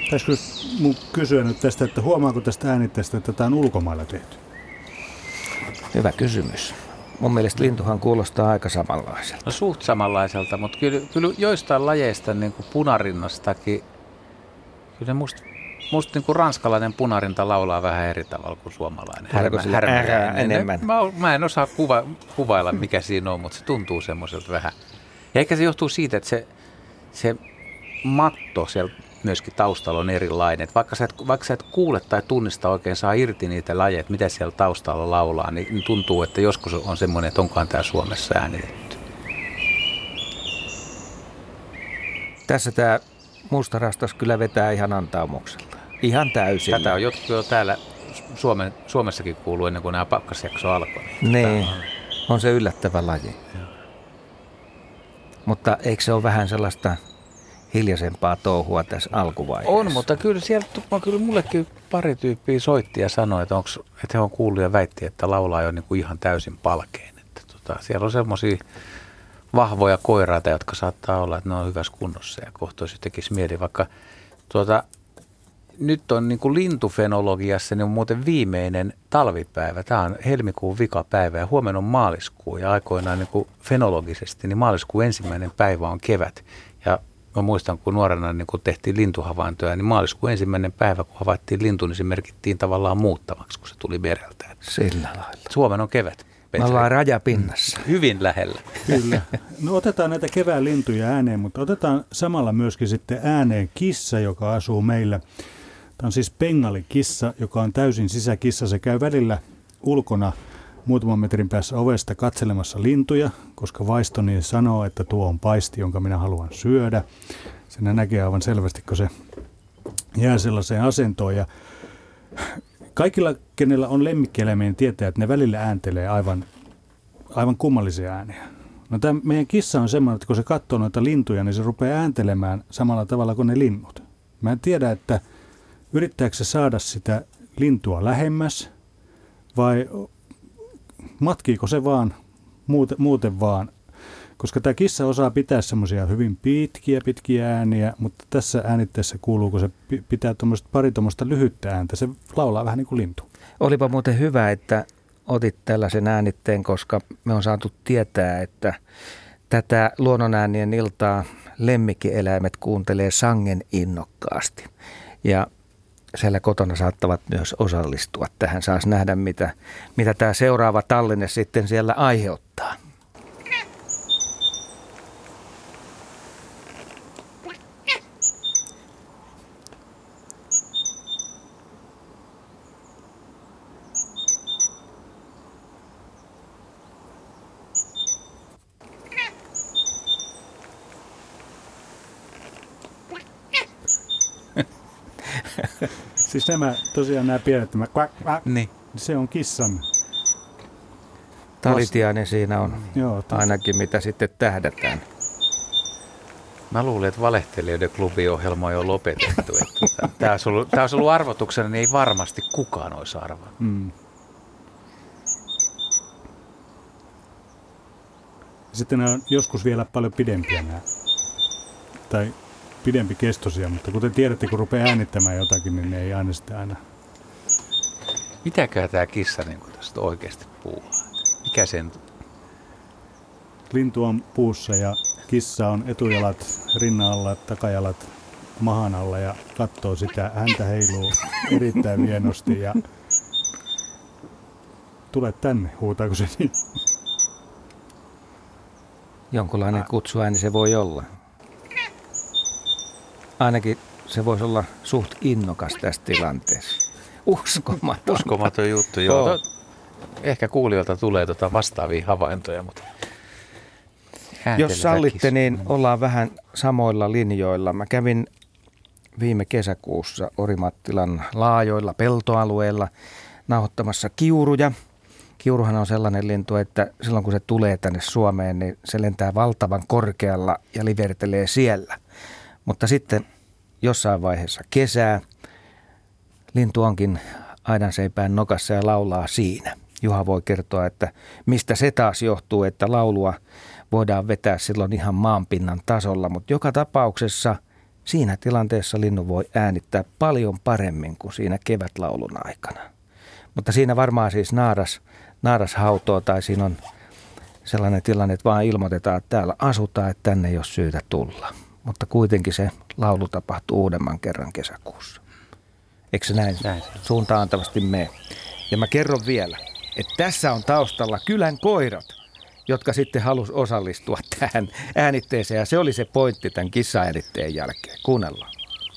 Taisiko mun kysyä nyt tästä, että huomaako tästä äänitteestä, että tämä on ulkomailla tehty? Hyvä kysymys. Mun mielestä lintuhan kuulostaa aika samanlaiselta. No suht samanlaiselta, mutta kyllä joistain lajeista, niin kuin punarinnastakin, kyllä musta niin kuin ranskalainen punarinta laulaa vähän eri tavalla kuin suomalainen. Enemmän. Mä en osaa kuvailla, mikä siinä on, mutta se tuntuu semmoiselta vähän. Ja ehkä se johtuu siitä, että se matto siellä myöskin taustalla on erilainen. Että vaikka sä et kuule tai tunnista oikein saa irti niitä lajeja, mitä siellä taustalla laulaa, niin tuntuu, että joskus on semmoinen, että onkaan tää Suomessa äänitetty. Tässä tämä mustarastas kyllä vetää ihan antaumuksella. Ihan täysin. Tätä on jotkut jo täällä Suomessakin kuuluu ennen kuin nämä pakkasjakso alkoi. Niin, on se yllättävä laji. Mutta eikö se ole vähän sellaista hiljaisempaa touhua tässä alkuvaiheessa? On, mutta kyllä mullekin pari tyyppiä soitti ja sanoi, että he on kuullut ja väitti, että laulaa jo niin kuin ihan täysin palkein. Että siellä on semmoisia vahvoja koiraita, jotka saattaa olla, että ne on hyvässä kunnossa ja kohtoisesti tekisi mieli, vaikka nyt on niin kuin lintufenologiassa niin on muuten viimeinen talvipäivä. Tämä on helmikuun vikapäivä ja huomenna on maaliskuu ja aikoinaan niin kuin fenologisesti niin maaliskuun ensimmäinen päivä on kevät. Ja mä muistan, kun nuorena niin kun tehtiin lintuhavaintoja, niin maaliskuun ensimmäinen päivä, kun havaittiin lintu, niin se merkittiin tavallaan muuttavaksi, kun se tuli mereltä. Sillä lailla. Suomen on kevät. Me ollaan rajapinnassa. Hyvin lähellä. Kyllä. No otetaan näitä kevään lintuja ääneen, mutta otetaan samalla myöskin sitten ääneen kissa, joka asuu meillä. Tämä on siis bengalikissa, joka on täysin sisäkissa. Se käy välillä ulkona muutaman metrin päässä ovesta katselemassa lintuja, koska vaistoni sanoo, että tuo on paisti, jonka minä haluan syödä. Sen näkee aivan selvästi, kun se jää sellaiseen asentoon. Ja kaikilla, kenellä on lemmikkieläimiä, tietää, että ne välillä ääntelee aivan kummallisia ääniä. No tämä meidän kissa on semmoinen, että kun se katsoo noita lintuja, niin se rupeaa ääntelemään samalla tavalla kuin ne linnut. Mä en tiedä, että yrittääkö se saada sitä lintua lähemmäs vai matkiiko se vaan muuten vaan. Koska tämä kissa osaa pitää semmoisia hyvin pitkiä ääniä, mutta tässä äänitteessä kuuluu, kun se pitää pari tuommoista lyhyttä ääntä. Se laulaa vähän niin kuin lintu. Olipa muuten hyvä, että otit tällaisen äänitteen, koska me on saatu tietää, että tätä luonnonäänien iltaa lemmikkieläimet kuuntelee sangen innokkaasti. Ja siellä kotona saattavat myös osallistua tähän. Saas nähdä, mitä tämä seuraava tallenne sitten siellä aiheuttaa. Siis nämä pienet, niin. Se on kissan. Talitiainen siinä on. Joo, ainakin mitä sitten tähdätään. Mä luulen, että valehtelijoiden klubiohjelma on jo lopetettu. Tämä olisi ollut arvotuksena, niin ei varmasti kukaan olisi arvannut. Mm. Sitten nämä on joskus vielä paljon pidempiä tai pidempikestoisia, mutta kuten tiedätte, kun rupeaa äänittämään jotakin, niin ne ei aina sitä aina. Mitäkään tämä kissa niin tästä oikeasti puhuu? Mikä sen? Lintu on puussa ja kissa on etujalat rinnan alla, takajalat mahan alla ja katsoo sitä. Häntä heiluu erittäin vienosti ja tule tänne, huutaako se niin? Jonkunlainen kutsuääni se voi olla. Ainakin se voisi olla suht innokas tässä tilanteessa. Uskomaton juttu, joo. Ehkä kuulijoilta tulee vastaavia havaintoja, mutta jos sallitte, niin ollaan vähän samoilla linjoilla. Mä kävin viime kesäkuussa Orimattilan laajoilla peltoalueilla nauhoittamassa kiuruja. Kiuruhan on sellainen lintu, että silloin kun se tulee tänne Suomeen, niin se lentää valtavan korkealla ja livertelee siellä. Mutta sitten jossain vaiheessa kesää lintu onkin aidanseipään nokassa ja laulaa siinä. Juha voi kertoa, että mistä se taas johtuu, että laulua voidaan vetää silloin ihan maanpinnan tasolla, mutta joka tapauksessa Siinä tilanteessa linnu voi äänittää paljon paremmin kuin siinä kevätlaulun aikana. Mutta siinä varmaan siis naaras hautoo tai siinä on sellainen tilanne, että vaan ilmoitetaan, että täällä asutaan, että tänne ei ole syytä tulla. Mutta kuitenkin se laulu tapahtuu uudemman kerran kesäkuussa. Eikö se näin suuntaan antavasti mene? Ja mä kerron vielä, että tässä on taustalla kylän koirat, jotka sitten halusi osallistua tähän äänitteeseen. Ja se oli se pointti tämän kissa-äänitteen jälkeen. Kuunnellaan.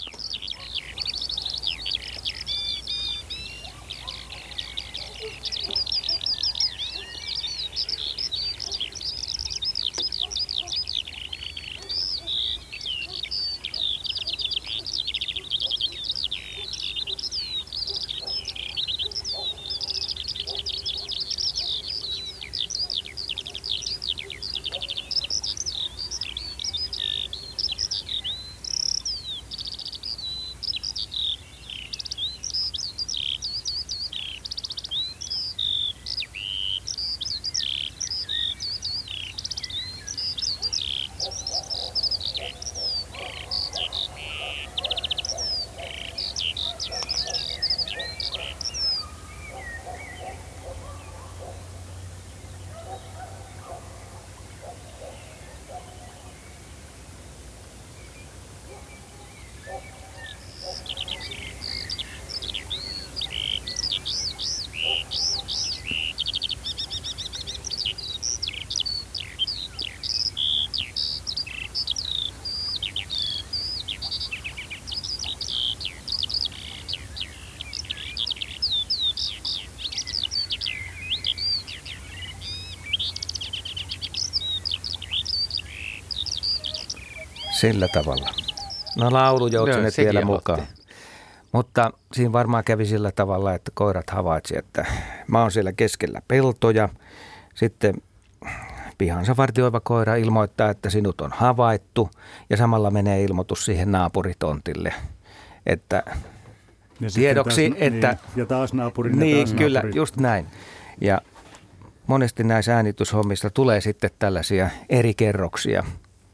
Sillä tavalla. No laulujoutsenet vielä mukaan. Mutta siinä varmaan kävi sillä tavalla, että koirat havaitsi, että mä oon siellä keskellä peltoja. Sitten pihansa vartioiva koira ilmoittaa, että sinut on havaittu ja samalla menee ilmoitus siihen naapuritontille, että ja tiedoksi, taas, että... Niin, ja taas naapurin niin, ja taas kyllä, naapurin. just näin. Ja monesti näissä äänityshommissa tulee sitten tällaisia eri kerroksia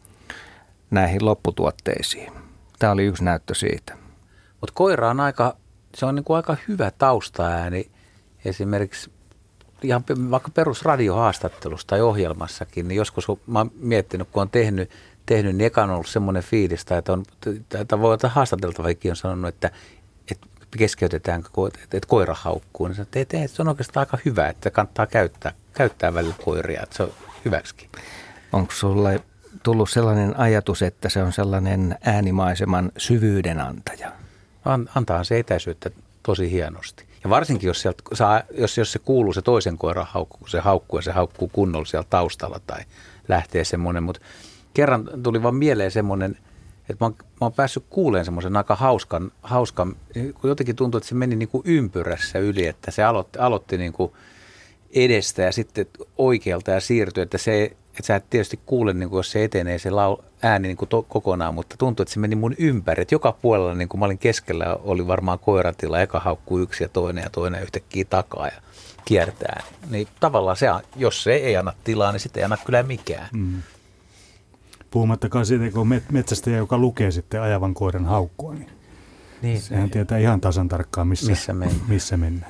näihin lopputuotteisiin. Tämä oli yksi näyttö siitä. Mutta koira on se on niinku aika hyvä taustaääni esimerkiksi ihan vaikka perusradiohaastattelussa tai ohjelmassakin, niin joskus kun mä oon miettinyt, kun on tehnyt niin eka on ollut semmoinen fiilis, että voi ottaa haastateltavakin on sanonut, että keskeytetään, että koira haukkuu. Niin että se on oikeastaan aika hyvä, että kannattaa käyttää välillä koiria, että se on hyväksikin. Onko sulle tullut sellainen ajatus, että se on sellainen äänimaiseman syvyyden antaja? Antaa se etäisyyttä tosi hienosti. Ja varsinkin, jos se kuuluu se toisen koiran haukku, kun se haukkuu ja se haukkuu kunnolla siellä taustalla tai lähtee semmoinen. Mutta kerran tuli vaan mieleen semmoinen, että mä oon päässyt kuulemaan semmoisen aika hauskan, kun jotenkin tuntuu, että se meni niin kuin ympyrässä yli, että se aloitti niin kuin edestä ja sitten oikealta ja siirtyi, että sä et tietysti kuule, niin kuin jos se etenee se ääni niin kuin kokonaan, mutta tuntuu, että se meni mun ympäri. Että joka puolella, niin kuin mä olin keskellä, oli varmaan koiratila, eka haukkuu yksi ja toinen yhtäkkiä takaa ja kiertää. Niin tavallaan se, jos se ei anna tilaa, niin sitten ei anna kyllä mikään. Mm. Puhumattakaan siitä, kun on metsästäjä, joka lukee sitten ajavan koiran haukkua, niin sehän tietää ihan tasan tarkkaan, missä mennään.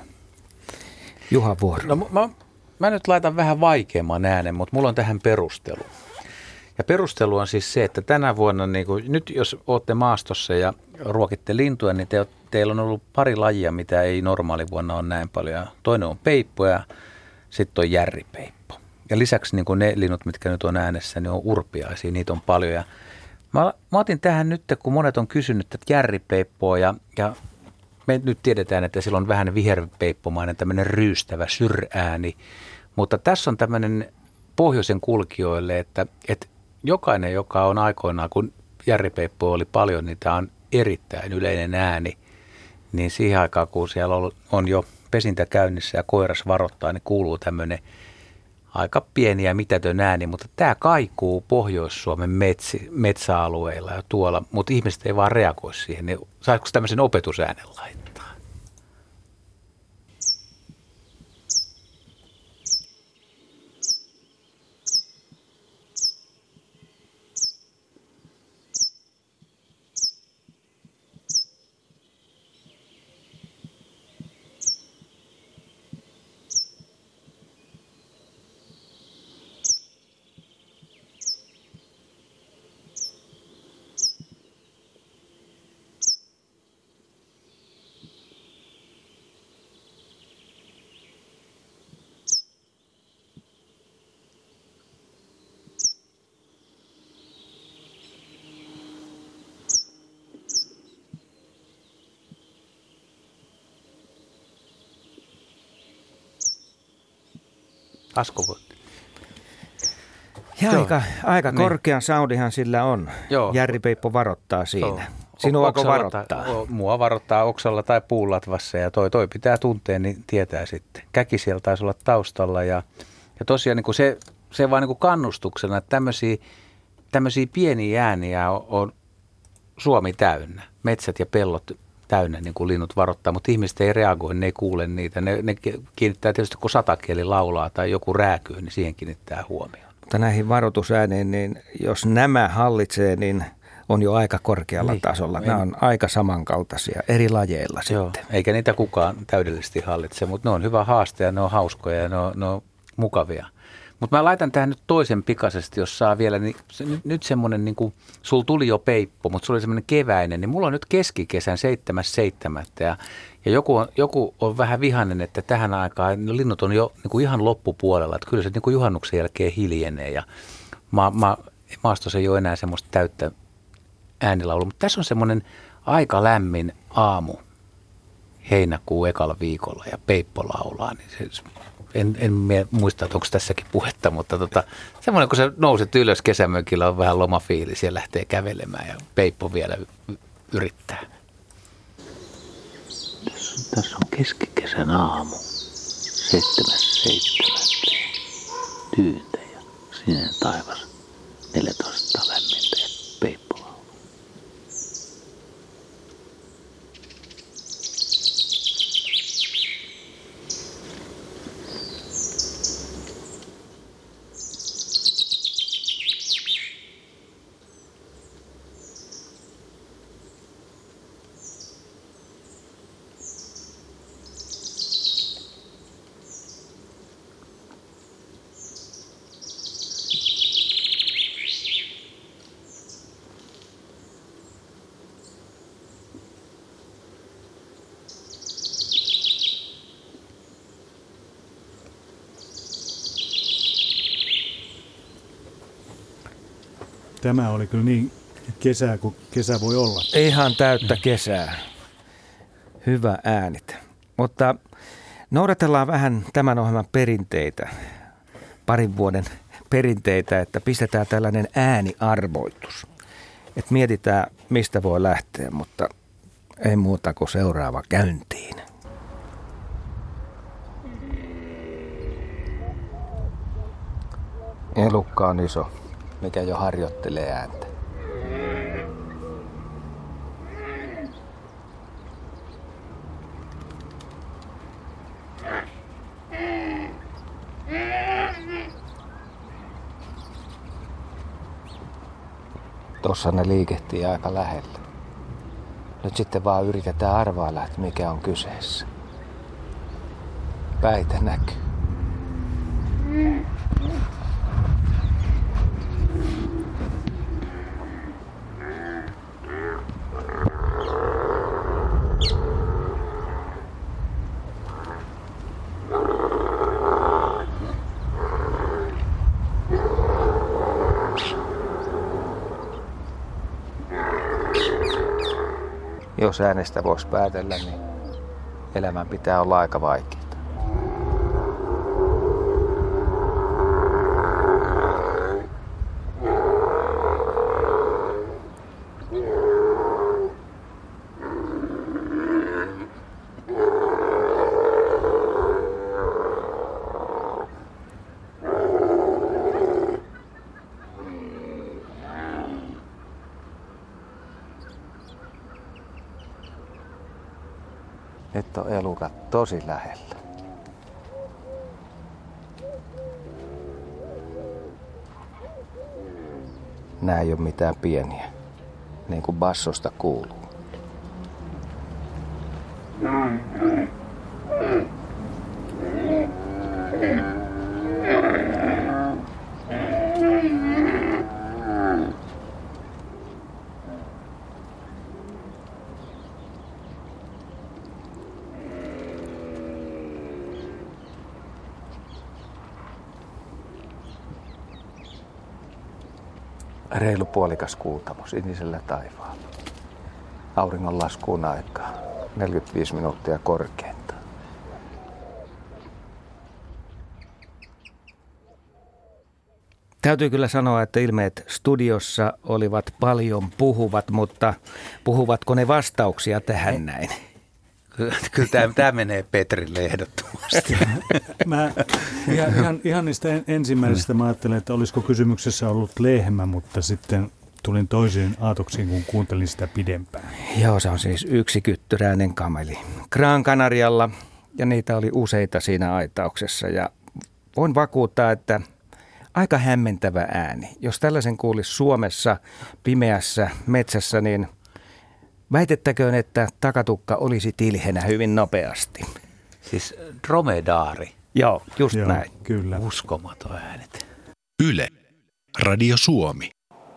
Juha vuoro. No, mä nyt laitan vähän vaikeamman äänen, mutta mulla on tähän perustelu. Ja perustelu on siis se, että tänä vuonna, niin kun, nyt jos olette maastossa ja ruokitte lintuja, niin teillä on ollut pari lajia, mitä ei normaali vuonna ole näin paljon. Toinen on peippo ja sitten on järripeippo. Ja lisäksi niin kun ne linnut, mitkä nyt on äänessä, niin on urpiaisia, niitä on paljon. Ja mä otin tähän nyt, kun monet on kysynyt tätä järripeippoa ja me nyt tiedetään, että sillä on vähän viherpeippomainen tämmöinen ryystävä syrääni. Mutta tässä on tämmöinen pohjoisen kulkijoille, että jokainen, joka on aikoinaan, kun järripeippoa oli paljon, niin tämä on erittäin yleinen ääni. Niin siihen aikaan, kun siellä on jo pesintä käynnissä ja koiras varoittaa, niin kuuluu tämmöinen aika pieni ja mitätön ääni. Mutta tämä kaikuu Pohjois-Suomen metsäalueilla ja tuolla, mutta ihmiset ei vaan reagoi siihen. Niin saisiko tämmöisen opetusäänen laittaa? Asko voi. Ja aika Niin. korkean soundihan sillä on. Joo. Jari Peippo varoittaa siinä. Joo. Sinuako Oksalla varoittaa? Mua varoittaa oksalla tai puulatvassa ja toi pitää tuntea, niin tietää sitten. Käki siellä taisi olla taustalla ja tosiaan niin kuin se vaan niin kuin kannustuksena, että tämmöisiä pieniä ääniä on Suomi täynnä. Metsät ja pellot täynnä, niin kuin linnut varoittaa, mutta ihmiset ei reagoi, ne ei kuule niitä. Ne kiinnittää tietysti, kun satakieli laulaa tai joku rääkyy, niin siihen kiinnittää huomioon. Mutta näihin varoitusääniin, niin jos nämä hallitsee, niin on jo aika korkealla tasolla. Nämä on aika samankaltaisia eri lajeilla Joo, sitten. eikä niitä kukaan täydellisesti hallitse, mutta ne on hyvä haaste ja ne on hauskoja ja ne on mukavia. Mutta mä laitan tähän nyt toisen pikaisesti, jos saa vielä, niin nyt semmoinen, niin kuin, sulla tuli jo Peippo, mutta sulla oli semmoinen keväinen, niin mulla on nyt keskikesän 7.7. Ja joku on vähän vihainen, että tähän aikaan linnut on jo niin kuin ihan loppupuolella, että kyllä se niin kuin juhannuksen jälkeen hiljenee ja maastossa ei ole enää semmoista täyttä äänilaulua, mutta tässä on semmoinen aika lämmin aamu heinäkuun ekalla viikolla ja Peippo laulaa, niin en muista, että onko tässäkin puhetta, mutta semmoinen, kun sä nouset ylös kesämökillä, on vähän lomafiilis ja lähtee kävelemään ja Peippo vielä yrittää. Tässä on keskikesän aamu, 7.7. Tyyntä ja sininen taivas, 14 lämmintä ja Peippo laulaa. Tämä oli kyllä niin kesää kuin kesä voi olla. Ihan täyttä kesää. Hyvä äänit. Mutta noudatellaan vähän tämän ohjelman perinteitä, parin vuoden perinteitä, että pistetään tällainen ääniarvoitus. Että mietitään, mistä voi lähteä, mutta ei muuta kuin seuraava käyntiin. Elukka on iso, mikä jo harjoittelee ääntä. Tossa ne liikehtii aika lähellä. Nyt sitten vaan yritetään arvailla, että mikä on kyseessä. Päitä näkyy. Jos äänestä voisi päätellä, niin elämän pitää olla aika vaikeaa. Nyt on elukat tosi lähellä. Nää ei ole mitään pieniä, niin kuin bassosta kuuluu. Reilu puolikas kuutamo sinisellä taivaalla. Auringon laskuun aikaa. 45 minuuttia korkeintaan. Täytyy kyllä sanoa, että ilmeet studiossa olivat paljon puhuvat, mutta puhuvatko ne vastauksia tähän näin? Kyllä tämä menee Petrille ehdottomasti. Mä ihan niistä ensimmäisistä mä ajattelin, että olisiko kysymyksessä ollut lehmä, mutta sitten tulin toisiin aatoksiin, kun kuuntelin sitä pidempään. Joo, se on siis yksikyttyräinen kameli Gran Canarialla ja niitä oli useita siinä aitauksessa ja voin vakuuttaa, että aika hämmentävä ääni. Jos tällaisen kuulisi Suomessa pimeässä metsässä, niin väitettäköön, että takatukka olisi tilhenä hyvin nopeasti. Siis dromedaari. Joo, just näin. Kyllä. Uskomaton äänet. Yle. Radio Suomi.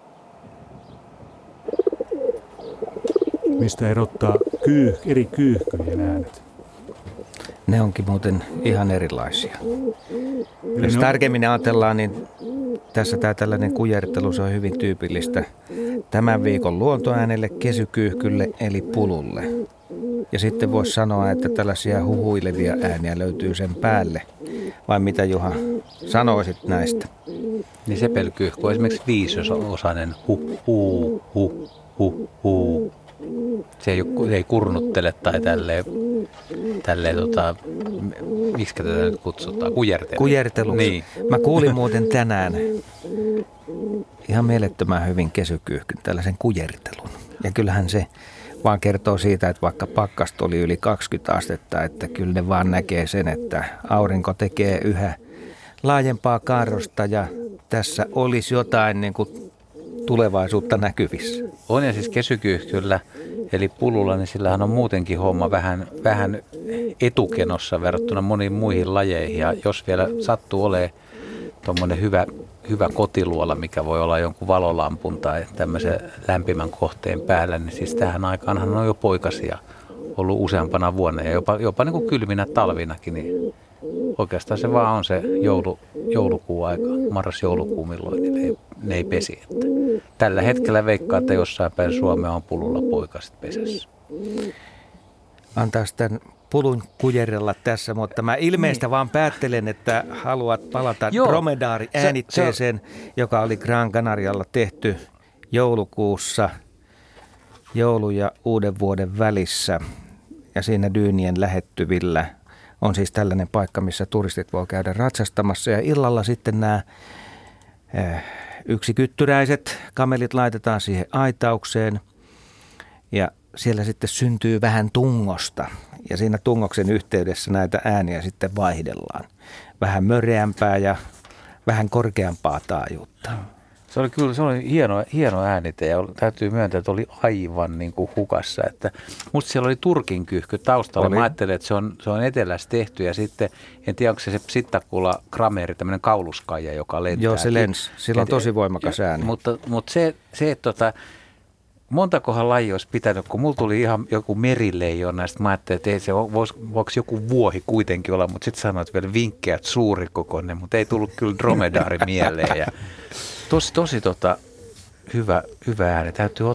Mistä erottaa eri kyyhkyjen äänet? Ne onkin muuten ihan erilaisia. Jos tarkemmin ajatellaan, niin tässä tämä tällainen kujertelu, se on hyvin tyypillistä tämän viikon luontoäänelle, kesykyyhkylle eli pululle. Ja sitten voisi sanoa, että tällaisia huhuilevia ääniä löytyy sen päälle. Vai mitä, Juha, sanoisit näistä? Niin sepelkyyhky on esimerkiksi 5-osainen hu. Se ei kurnuttele tai tälleen miksi tätä nyt kutsutaan? Kujerteluksi. Niin. Mä kuulin muuten tänään ihan mielettömän hyvin kesykyyhkyn, tällaisen kujertelun. Ja kyllähän se vaan kertoo siitä, että vaikka pakkasta oli yli 20 astetta, että kyllä ne vaan näkee sen, että aurinko tekee yhä laajempaa kaarrosta ja tässä olisi jotain niin kuin tulevaisuutta näkyvissä. On ja siis kesykyyhkyllä eli pululla, niin sillähän on muutenkin homma vähän etukenossa verrattuna moniin muihin lajeihin. Ja jos vielä sattuu olemaan tuommoinen hyvä kotiluola, mikä voi olla jonkun valolampun tai tämmöisen lämpimän kohteen päällä, niin siis tähän aikaanhan on jo poikasia ollut useampana vuonna ja jopa niin kuin kylminä talvinakin, niin oikeastaan se vaan on se joulukuun aika, marras-joulukuu, milloin niin ne ei pesi. Että tällä hetkellä veikkaa, että jossain päin Suomea on pululla poikaset pesässä. Antaa tämän pulun kujerella tässä, mutta mä ilmeistä vaan päättelen, että haluat palata dromedaari-äänitteeseen, joka oli Gran Canarialla tehty joulukuussa joulu- ja uuden vuoden välissä ja siinä dyynien lähettyvillä on siis tällainen paikka, missä turistit voi käydä ratsastamassa ja illalla sitten nämä yksikyttyräiset kamelit laitetaan siihen aitaukseen ja siellä sitten syntyy vähän tungosta ja siinä tungoksen yhteydessä näitä ääniä sitten vaihdellaan. Vähän möreämpää ja vähän korkeampaa taajuutta. Se oli hieno äänite ja täytyy myöntää, että oli aivan niin kuin hukassa. Että musta siellä oli turkin kyyhky taustalla. Mä ajattelin, että se on etelässä tehty ja sitten en tiedä, onko se Sittakula Grameri, tämmöinen kauluskaija, joka lentää. Joo, se lensi. Sillä on tosi voimakas ääni. Mutta se että montakohan laji olisi pitänyt, kun mulla tuli ihan joku merileijona, sitten mä ajattelin, että ei se voiko joku vuohi kuitenkin olla, mutta sitten sanoit vielä vinkkejä, että suurikokoinen, mutta ei tullut kyllä dromedaari mieleen. Ja tosi hyvä ääni. Täytyy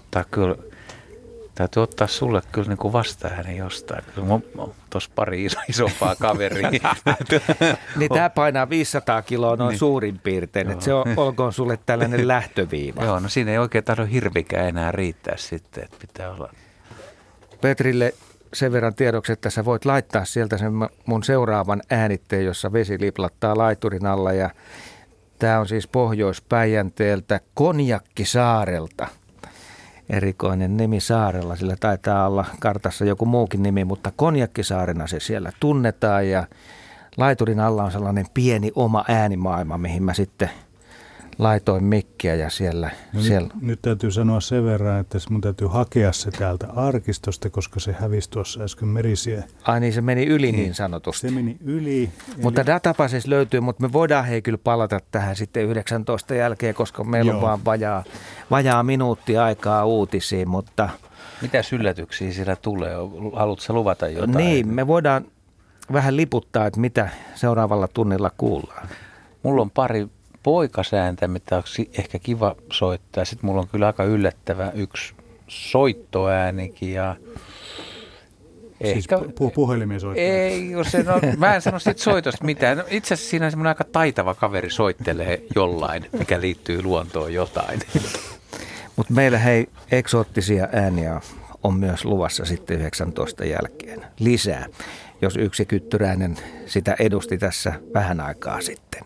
ottaa sulle kyllä niin kuin vasta-ääni jostain. Kyllä tuossa pari isompaa kaveria. Niin tämä painaa 500 kiloa noin suurin piirtein, että se olkoon sulle tällainen lähtöviiva. Joo, no siinä ei oikein tahdo hirvikään enää riittää sitten, että pitää olla. Petrille sen verran tiedoksi, että sä voit laittaa sieltä sen mun seuraavan äänitteen, jossa vesi liplattaa laiturin alla ja tämä on siis Pohjois-Päijänteeltä Konjakkisaarelta. Erikoinen nimi saarella, sillä taitaa olla kartassa joku muukin nimi, mutta Konjakkisaarena se siellä tunnetaan ja laiturin alla on sellainen pieni oma äänimaailma, mihin mä sitten laitoin mikkiä ja siellä... Nyt täytyy sanoa sen verran, että mun täytyy hakea se täältä arkistosta, koska se hävisi tuossa äsken Merisie. Ai niin, se meni yli niin sanotusti. Se meni yli. Mutta datapa siis löytyy, mutta me voidaan kyllä palata tähän sitten 19 jälkeen, koska meillä on vaan vajaa minuutti aikaa uutisiin, mutta... Mitäs yllätyksiä siellä tulee? Haluatko luvata jotain? Niin, me voidaan vähän liputtaa, että mitä seuraavalla tunnilla kuullaan. Mulla on pari poikasääntä, mitä olisi ehkä kiva soittaa. Sitten mulla on kyllä aika yllättävä yksi soittoäänikin ja Siis puhelimien soittelee? Ei, mä en sano siitä soitosta mitään. No, itse asiassa siinä semmoinen aika taitava kaveri soittelee jollain, mikä liittyy luontoon jotain. Mutta meillä hei, eksoottisia ääniä on myös luvassa sitten 19 jälkeen lisää, jos yksi kyttyräinen sitä edusti tässä vähän aikaa sitten.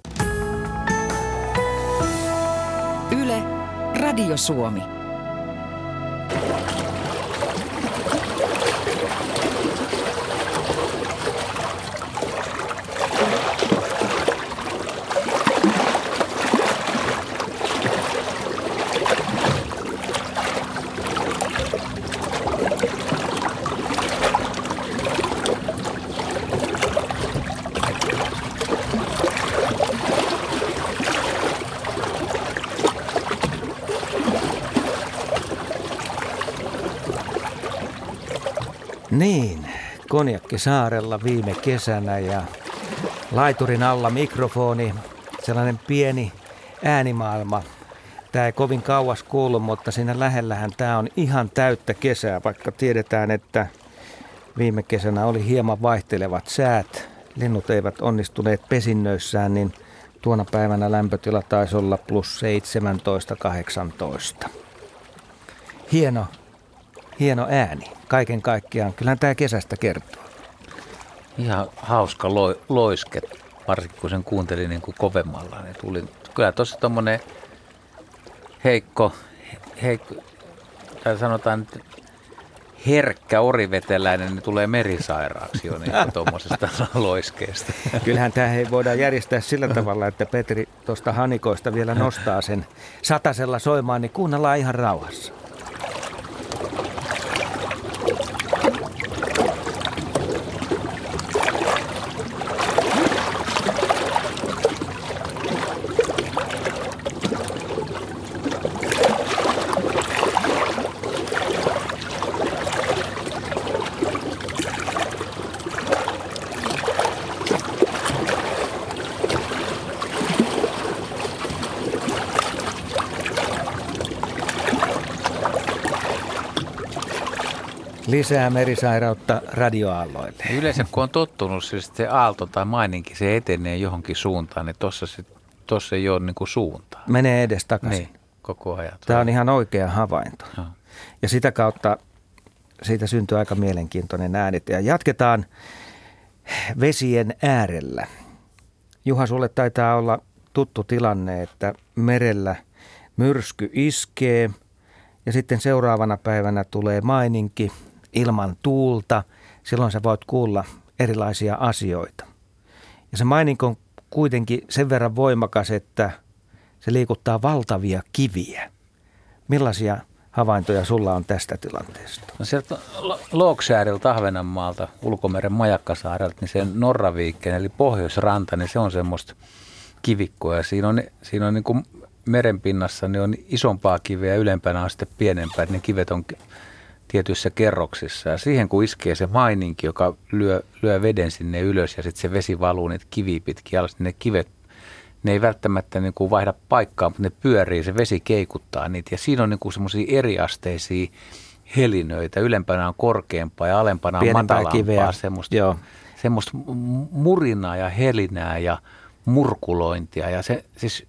Yle, Radio Suomi. Niin, Konjakkisaarella viime kesänä ja laiturin alla mikrofoni, sellainen pieni äänimaailma. Tämä ei kovin kauas kuulu, mutta siinä lähellähän tämä on ihan täyttä kesää, vaikka tiedetään, että viime kesänä oli hieman vaihtelevat säät. Linnut eivät onnistuneet pesinnöissään, niin tuona päivänä lämpötila taisi olla plus 17-18. Hieno ääni. Kaiken kaikkiaan. Kyllähän tämä kesästä kertoo. Ihan hauska loiske, varsinkin kun sen kuuntelin niin kuin kovemmalla. Niin tuli, kyllä tuossa tommonen heikko, tai sanotaan, että herkkä oriveteläinen, niin tulee merisairaaksi jo niin tuommoisesta loiskeesta. Kyllähän tämä ei voida järjestää sillä tavalla, että Petri tuosta hanikoista vielä nostaa sen satasella soimaan, niin kuunnellaan ihan rauhassa. Lisää merisairautta radioaalloille. Yleensä kun on tottunut, siis se aalto tai maininki, se etenee johonkin suuntaan, niin tuossa ei ole niin kuin suuntaa. Menee edes takaisin. Niin, koko ajan. Tämä on ihan oikea havainto. No. Ja sitä kautta siitä syntyy aika mielenkiintoinen äänite. Ja jatketaan vesien äärellä. Juha, sulle taitaa olla tuttu tilanne, että merellä myrsky iskee ja sitten seuraavana päivänä tulee maininki ilman tuulta. Silloin sä voit kuulla erilaisia asioita. Ja se maininki on kuitenkin sen verran voimakas, että se liikuttaa valtavia kiviä. Millaisia havaintoja sulla on tästä tilanteesta? No sieltä Looksääriltä Ahvenanmaalta, Ulkomeren Majakkasaarelta, niin se Norraviikken eli Pohjoisranta, niin se on semmoista kivikkoa. Ja siinä on niin kuin merenpinnassa niin on isompaa kiveä ja ylempänä on sitten pienempää, että ne kivet on tietyissä kerroksissa. Ja siihen kun iskee se maininki, joka lyö veden sinne ylös ja sitten se vesi valuu niitä kiviä pitkin alas, niin ne kivet, ne ei välttämättä niin kuin vaihda paikkaa, mutta ne pyörii, se vesi keikuttaa niitä. Ja siinä on niin kuin semmoisia eriasteisia helinöitä. Ylempänä on korkeampaa ja alempana on matalampaa. Semmoista murinaa ja helinää ja murkulointia. Ja se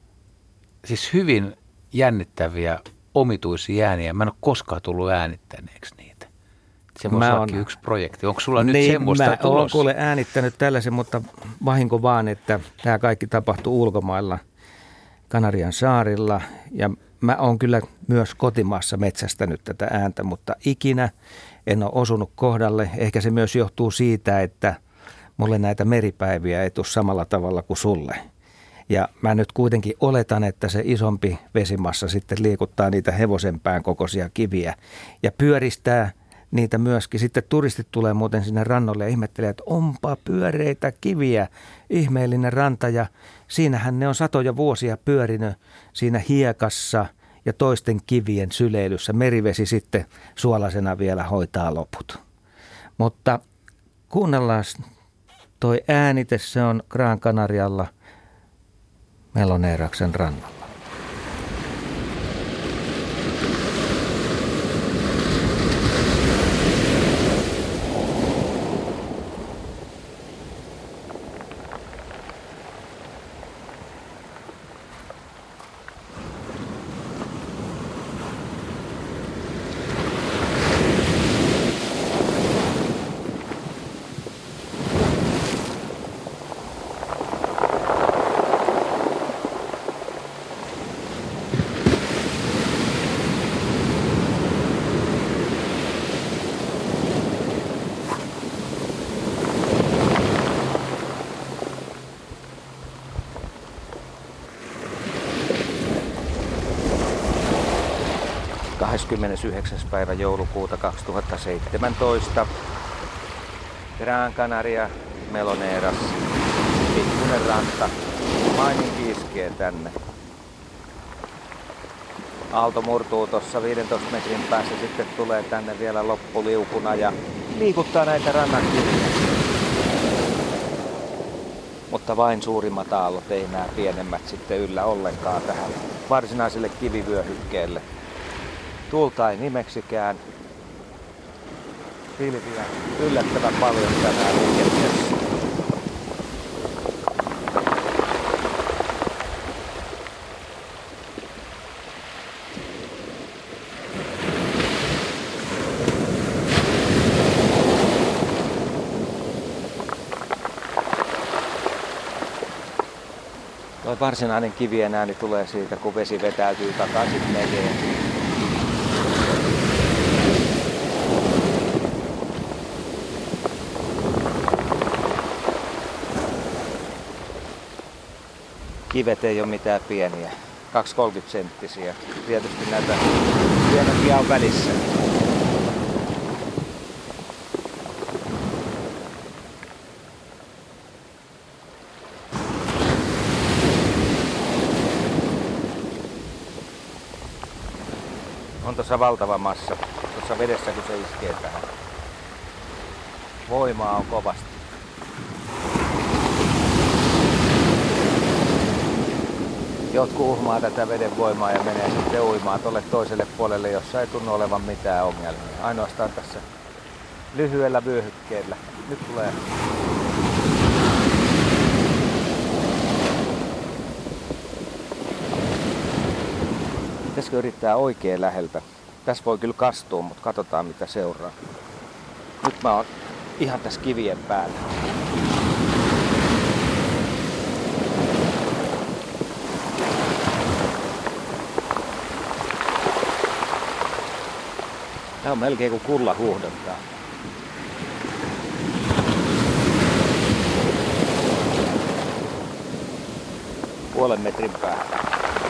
siis hyvin jännittäviä, omituisia ääniä. Mä en ole koskaan tullut äänittäneeksi niitä. Se voisi olla yksi projekti. Onko sulla nyt semmoista tulossa? Mä olen kuule äänittänyt tällaisen, mutta vahinko vaan, että tämä kaikki tapahtuu ulkomailla Kanarian saarilla. Ja mä oon kyllä myös kotimaassa metsästänyt tätä ääntä, mutta ikinä en ole osunut kohdalle. Ehkä se myös johtuu siitä, että mulle näitä meripäiviä ei tule samalla tavalla kuin sulle. Ja mä nyt kuitenkin oletan, että se isompi vesimassa sitten liikuttaa niitä hevosenpään kokoisia kiviä ja pyöristää niitä myöskin. Sitten turistit tulee muuten sinne rannolle ja ihmettelee, että onpa pyöreitä kiviä, ihmeellinen ranta. Ja siinähän ne on satoja vuosia pyörinyt siinä hiekassa ja toisten kivien syleilyssä. Merivesi sitten suolasena vielä hoitaa loput. Mutta kuunnellaan toi äänite, se on Gran Canarialla Meloneeraksen rannalla. 29. päivä joulukuuta 2017. Gran Canaria, Meloneras, pikkuinen ranta. Maininki iskee tänne. Aalto murtuu tuossa 15 metrin päässä, sitten tulee tänne vielä loppuliukuna ja liikuttaa näitä rannankivejä. Mutta vain suurimmat aallot, ei nämä pienemmät sitten yllä ollenkaan tähän varsinaiselle kivivyöhykkeelle. Tuulta ei nimeksikään. Pilviä yllättävän paljon tänään liikenteessä. Tuo varsinainen kivien ääni tulee siitä, kun vesi vetäytyy takaisin mereen. Kivet ei ole mitään pieniä, 2-30 senttisiä. Tietysti näitä pienempiä on välissä. On tuossa valtava massa, tuossa vedessä kun se iskee tähän. Voimaa on kovasti. Jotkut uhmaa tätä veden voimaa ja menee sitten uimaan tuolle toiselle puolelle, jossa ei tunnu olevan mitään ongelmia. Ainoastaan tässä lyhyellä vyöhykkeellä. Nyt tulee. Pitäisikö yrittää oikein läheltä? Tässä voi kyllä kastua, mutta katsotaan mitä seuraa. Nyt mä oon ihan tässä kivien päällä. Tää on melkein kuin kulla huuhdontaa. Puolen metrin päällä.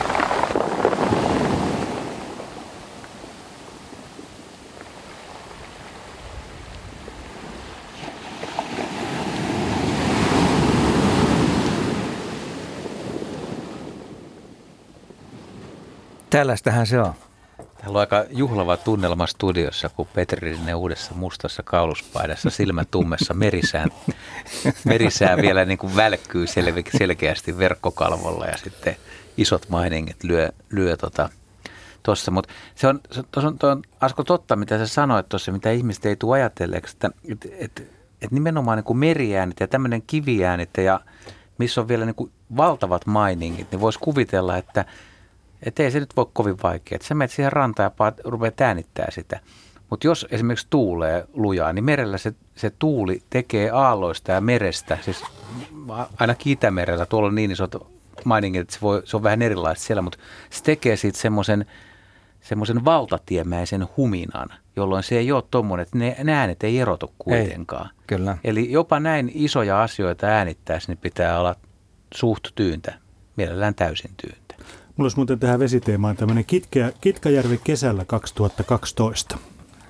Tällaistähän se on. Täällä on aika juhlava tunnelma studiossa, kun Petri Rinne uudessa mustassa kauluspaidassa, silmät tummessa, merisää vielä niin kuin välkkyy selkeästi verkkokalvolla ja sitten isot mainingit lyö tuossa. Mutta se on Asko totta, mitä sä sanoit tuossa, mitä ihmiset ei tule ajatelleeksi, että nimenomaan niin kuin meriäänit ja tämmöinen kiviäänit ja missä on vielä niin kuin valtavat mainingit, niin voisi kuvitella, että ei se nyt voi kovin vaikea. Että sä menet siihen rantaan ja rupeat äänittää sitä. Mutta jos esimerkiksi tuulee lujaa, niin merellä se tuuli tekee aalloista ja merestä, siis ainakin Itämerellä, tuolla on niin isot mainingit, että se on vähän erilaista siellä, mutta se tekee siitä semmoisen valtatiemäisen huminan, jolloin se ei ole tommoinen, että ne äänet ei erotu kuitenkaan. Ei, kyllä. Eli jopa näin isoja asioita äänittäessä, niin pitää olla suht tyyntä, mielellään täysin tyyntä. Mulla olisi muuten tähän vesiteemaan tämmöinen Kitkajärvi kesällä 2012.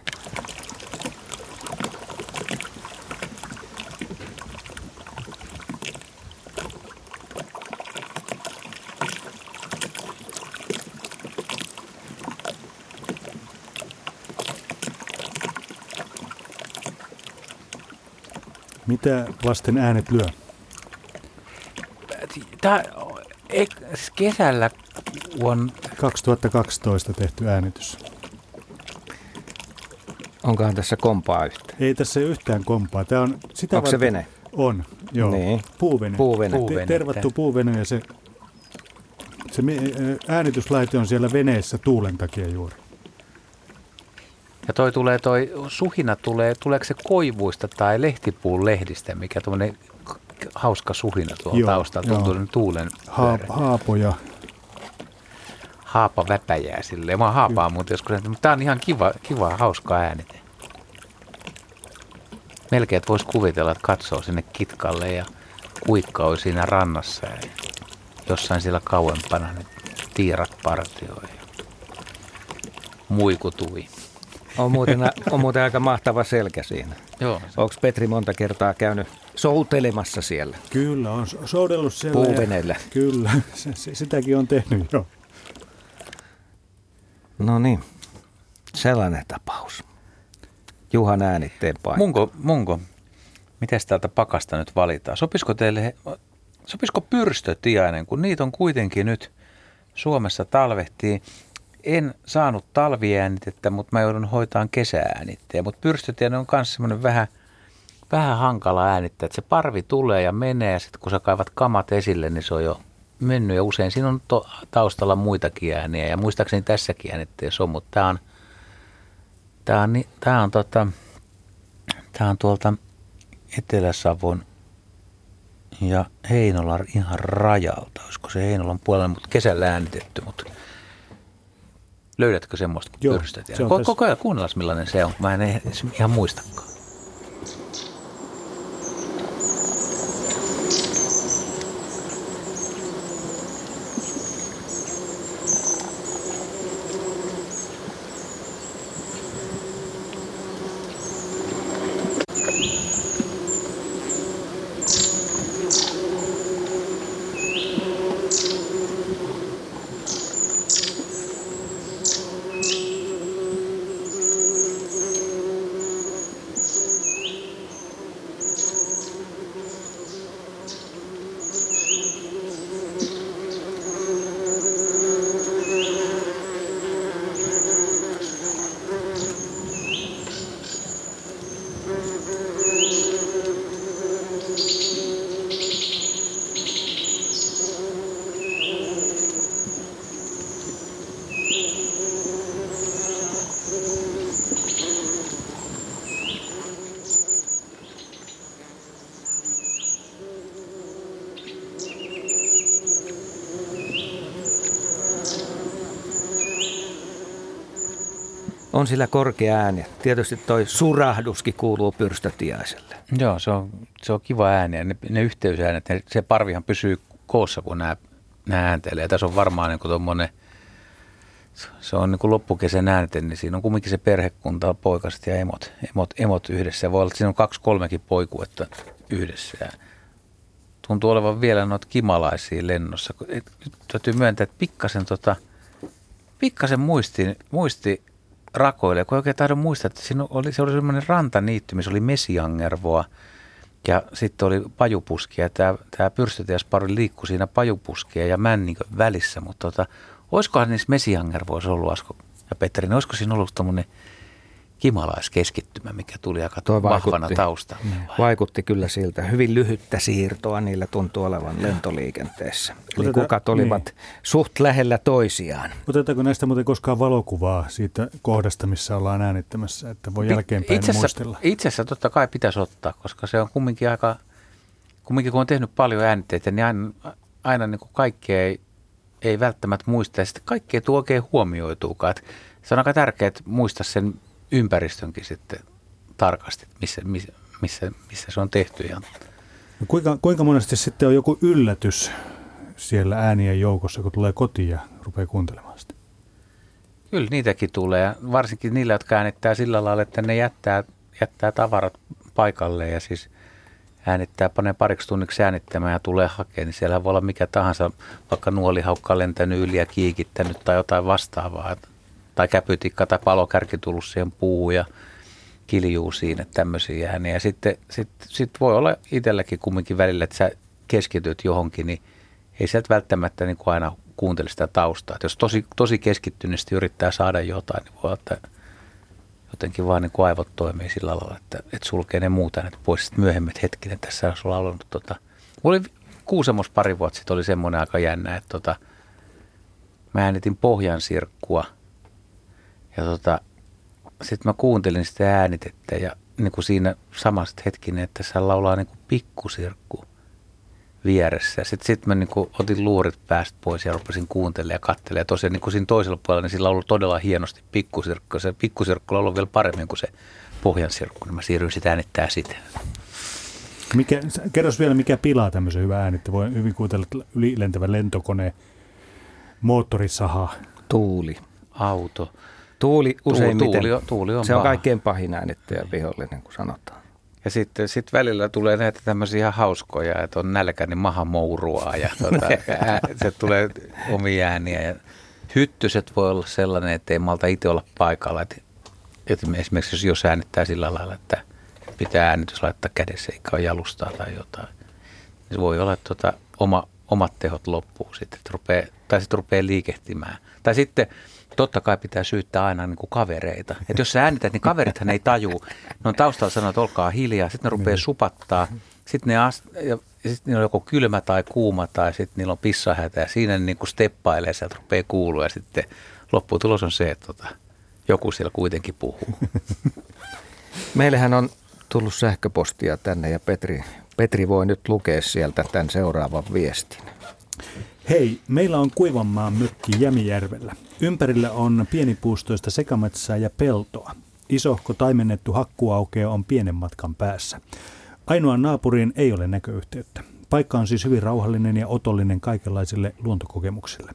Mitä vasten äänet lyö? Kesällä on 2012 tehty äänitys. Onkohan tässä kompaa yhtään? Ei tässä yhtään kompaa. Tämä on sitä onko se vene? On, joo. Niin. Puuvene. Tervattu puuvene ja se äänityslaite on siellä veneessä tuulen takia juuri. Ja toi suhina tuleeko se koivuista tai lehtipuun lehdistä, mikä tuommoinen hauska suhina tuolla taustalla tuntuu tuulen haapoja. Haapa väpäjää silleen. Mä oon haapaa muuten joskus, mutta tää on ihan kiva hauska äänite. Melkein voisi kuvitella, että katsoo sinne kitkalle ja kuikkaui siinä rannassa ja jossain siellä kauempana ne tiirat partioi. muikutui. On muuten aika mahtava selkä siinä. Joo. Onko Petri monta kertaa käynyt soutelemassa siellä? Kyllä, on soudellut siellä. Puuveneellä. Kyllä, sitäkin on tehnyt jo. No niin, sellainen tapaus. Juhan äänitteen paikka. Munko, miten täältä pakasta nyt valitaan? Sopisiko pyrstötiainen, kun niitä on kuitenkin nyt Suomessa talvehtii. En saanut talviäänitettä, mutta mä joudun hoitamaan kesääänittäjä. Mutta pyrstötiainen on myös semmoinen vähän hankala äänittää, että se parvi tulee ja menee ja sitten kun sä kaivat kamat esille, niin se on jo mennyt. Ja usein siinä on taustalla muitakin ääniä ja muistaakseni tässäkin äänittäjässä on, mutta tää on tuolta Etelä-Savon ja Heinolan ihan rajalta. Olisiko se Heinolan puolella, mutta kesällä äänitetty, mutta löydätkö semmoista pyrstötiä? Koko ajan kuunnellaan millainen se on. Mä en ihan muistakaan. On sillä korkea ääni. Tietysti toi surahduskin kuuluu pyrstötiaiselle. Joo, se on kiva ääni. Ne yhteysäänet, se parvihan pysyy koossa, kun nämä ääntelee. Ja tässä on varmaan niin kuin tommoinen, se on niin kuin loppukesän äänte, niin siinä on kumminkin se perhekunta, poikaset ja emot yhdessä. Voi olla, että siinä on 2-3 poikuetta yhdessä. Ja tuntuu olevan vielä noita kimalaisia lennossa. Nyt täytyy myöntää, että pikkasen muisti rakoille, kun oikein taidon muistaa, että se oli semmoinen rantaniitty, missä oli mesiangervoa ja sitten oli pajupuskia. Ja tämä pyrstötiaispari liikkui siinä pajupuskia ja männikön välissä, mutta olisikohan niissä mesiangervoissa ollut, Asko ja Petteri, olisiko siinä ollut tämmöinen kimalaiskeskittymä, mikä tuli aika vahvana taustalla? Vaikutti kyllä siltä. Hyvin lyhyttä siirtoa niillä tuntuu olevan lentoliikenteessä. Eli kukat olivat suht lähellä toisiaan. Otetaanko näistä muuten koskaan valokuvaa siitä kohdasta, missä ollaan äänittämässä, että voi jälkeenpäin muistella? Itse asiassa totta kai pitäisi ottaa, koska se on kumminkin kun on tehnyt paljon äänitteitä, niin aina niin kuin kaikkea ei välttämättä muista. Ja sitten kaikkea tuo oikein huomioituukaan. Se on aika tärkeää muistaa sen ympäristönkin sitten tarkasti, missä se on tehty. Kuinka monesti sitten on joku yllätys siellä äänien joukossa, kun tulee kotiin ja rupeaa kuuntelemaan sitä? Kyllä niitäkin tulee, varsinkin niillä, jotka äänittää sillä lailla, että ne jättää tavarat paikalle ja siis panee pariksi tunniksi äänittämään ja tulee hakemaan, niin siellä voi olla mikä tahansa, vaikka nuolihaukka lentänyt yli ja kiikittänyt tai jotain vastaavaa. Tai käpytikka tai palokärki tullut siihen puuhun ja kiljuu siinä, tämmöisiä ääniä. Ja sitten voi olla itselläkin kumminkin välillä, että sä keskityt johonkin, niin ei sieltä välttämättä niin kuin aina kuuntele sitä taustaa. Et jos tosi keskittyneesti yrittää saada jotain, niin voi olla, että jotenkin vaan niin kuin aivot toimii sillä lailla, että sulkee ne muut äänet pois. Sitten myöhemmät hetkinen tässä olisi laulanut. Mulla oli Kuusamossa pari vuotta sitten oli semmoinen aika jännä, että mä äänitin Pohjansirkkua. Ja sitten mä kuuntelin sitä äänitettä ja niin kuin siinä samasta hetkinen, että se laulaa niin kuin Pikkusirkku vieressä. Sitten mä niin kuin otin luurit päästä pois ja rupesin kuuntelemaan ja katselemaan. Ja tosiaan niin kuin siinä toisella puolella, niin sillä lauloi todella hienosti Pikkusirkku. Se Pikkusirkku lauloi vielä paremmin kuin se Pohjansirkku, niin mä siirryin sitä äänittää sitä. Kerros vielä, mikä pilaa tämmöisen hyvän äänittä. Voi hyvin kuuntella ylilentävä lentokone, moottorisaha. Tuuli. Auto. Tuuli useimmiten. Tuuli on se on paha. kaikkein pahin äänittäjä vihollinen, kun sanotaan. Ja sitten välillä tulee näitä tämmöisiä ihan hauskoja, että on nälkä, niin maha mouruaa ja se tulee omia ääniä. Ja hyttyset voi olla sellainen, että ei malta itse olla paikalla. Että esimerkiksi jos äänittää sillä lailla, että pitää äänitys laittaa kädessä eikä ole jalustaa tai jotain, niin se voi olla, että omat tehot loppuu sitten, tai sitten rupeaa liikehtimään. Tai sitten totta kai pitää syyttää aina niin kuin kavereita. Että jos sä äänität, niin kaverithan ei tajuu. Ne on taustalla sanoo, että olkaa hiljaa. Sitten ne rupeaa supattaa. Sitten niillä on joko kylmä tai kuuma tai sitten niillä on pissahätä. Ja siinä ne niin kuin steppailee, sieltä rupeaa kuulua. Ja sitten lopputulos on se, että joku siellä kuitenkin puhuu. Meillähän on tullut sähköpostia tänne ja Petri voi nyt lukea sieltä tämän seuraavan viestin. Hei, meillä on Kuivanmaan mökki Jämijärvellä. Ympärillä on pienipuustoista sekametsää ja peltoa. Isohko taimennettu hakkuaukeo on pienen matkan päässä. Ainoa naapuriin ei ole näköyhteyttä. Paikka on siis hyvin rauhallinen ja otollinen kaikenlaisille luontokokemuksille.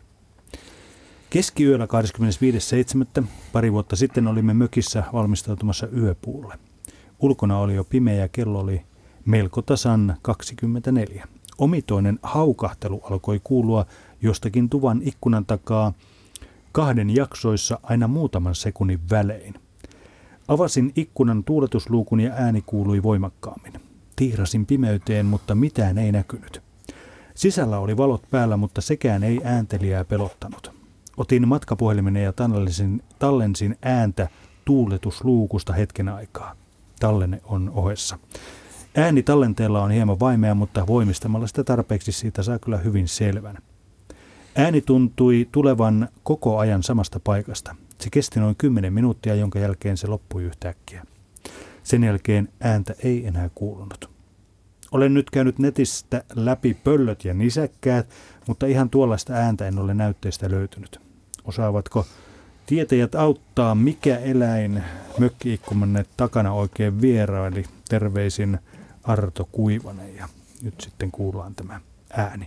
Keskiyöllä 25.7. pari vuotta sitten olimme mökissä valmistautumassa yöpuulle. Ulkona oli jo pimeä ja kello oli melko tasan 24. Omitoinen haukahtelu alkoi kuulua jostakin tuvan ikkunan takaa 2 jaksoissa aina muutaman sekunnin välein. Avasin ikkunan tuuletusluukun ja ääni kuului voimakkaammin. Tiirasin pimeyteen, mutta mitään ei näkynyt. Sisällä oli valot päällä, mutta sekään ei ääntelijää pelottanut. Otin matkapuhelimeni ja tallensin ääntä tuuletusluukusta hetken aikaa. Tallenne on ohessa. Ääni tallenteella on hieman vaimea, mutta voimistamalla sitä tarpeeksi siitä saa kyllä hyvin selvän. Ääni tuntui tulevan koko ajan samasta paikasta. Se kesti noin 10 minuuttia, jonka jälkeen se loppui yhtäkkiä. Sen jälkeen ääntä ei enää kuulunut. Olen nyt käynyt netistä läpi pöllöt ja nisäkkäät, mutta ihan tuollaista ääntä en ole näytteistä löytynyt. Osaavatko tietäjät auttaa, mikä eläin mökki-ikkumanne takana oikein vieraili? Terveisin Arto Kuivanen, ja nyt sitten kuullaan tämä ääni.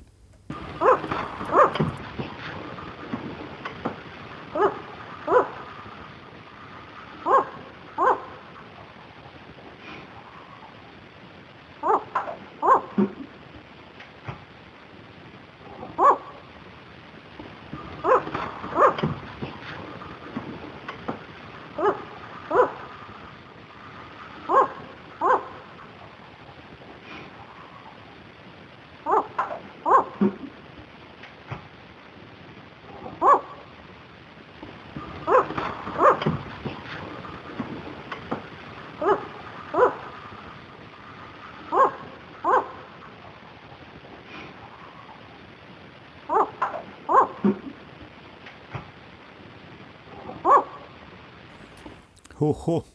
Huhhuh.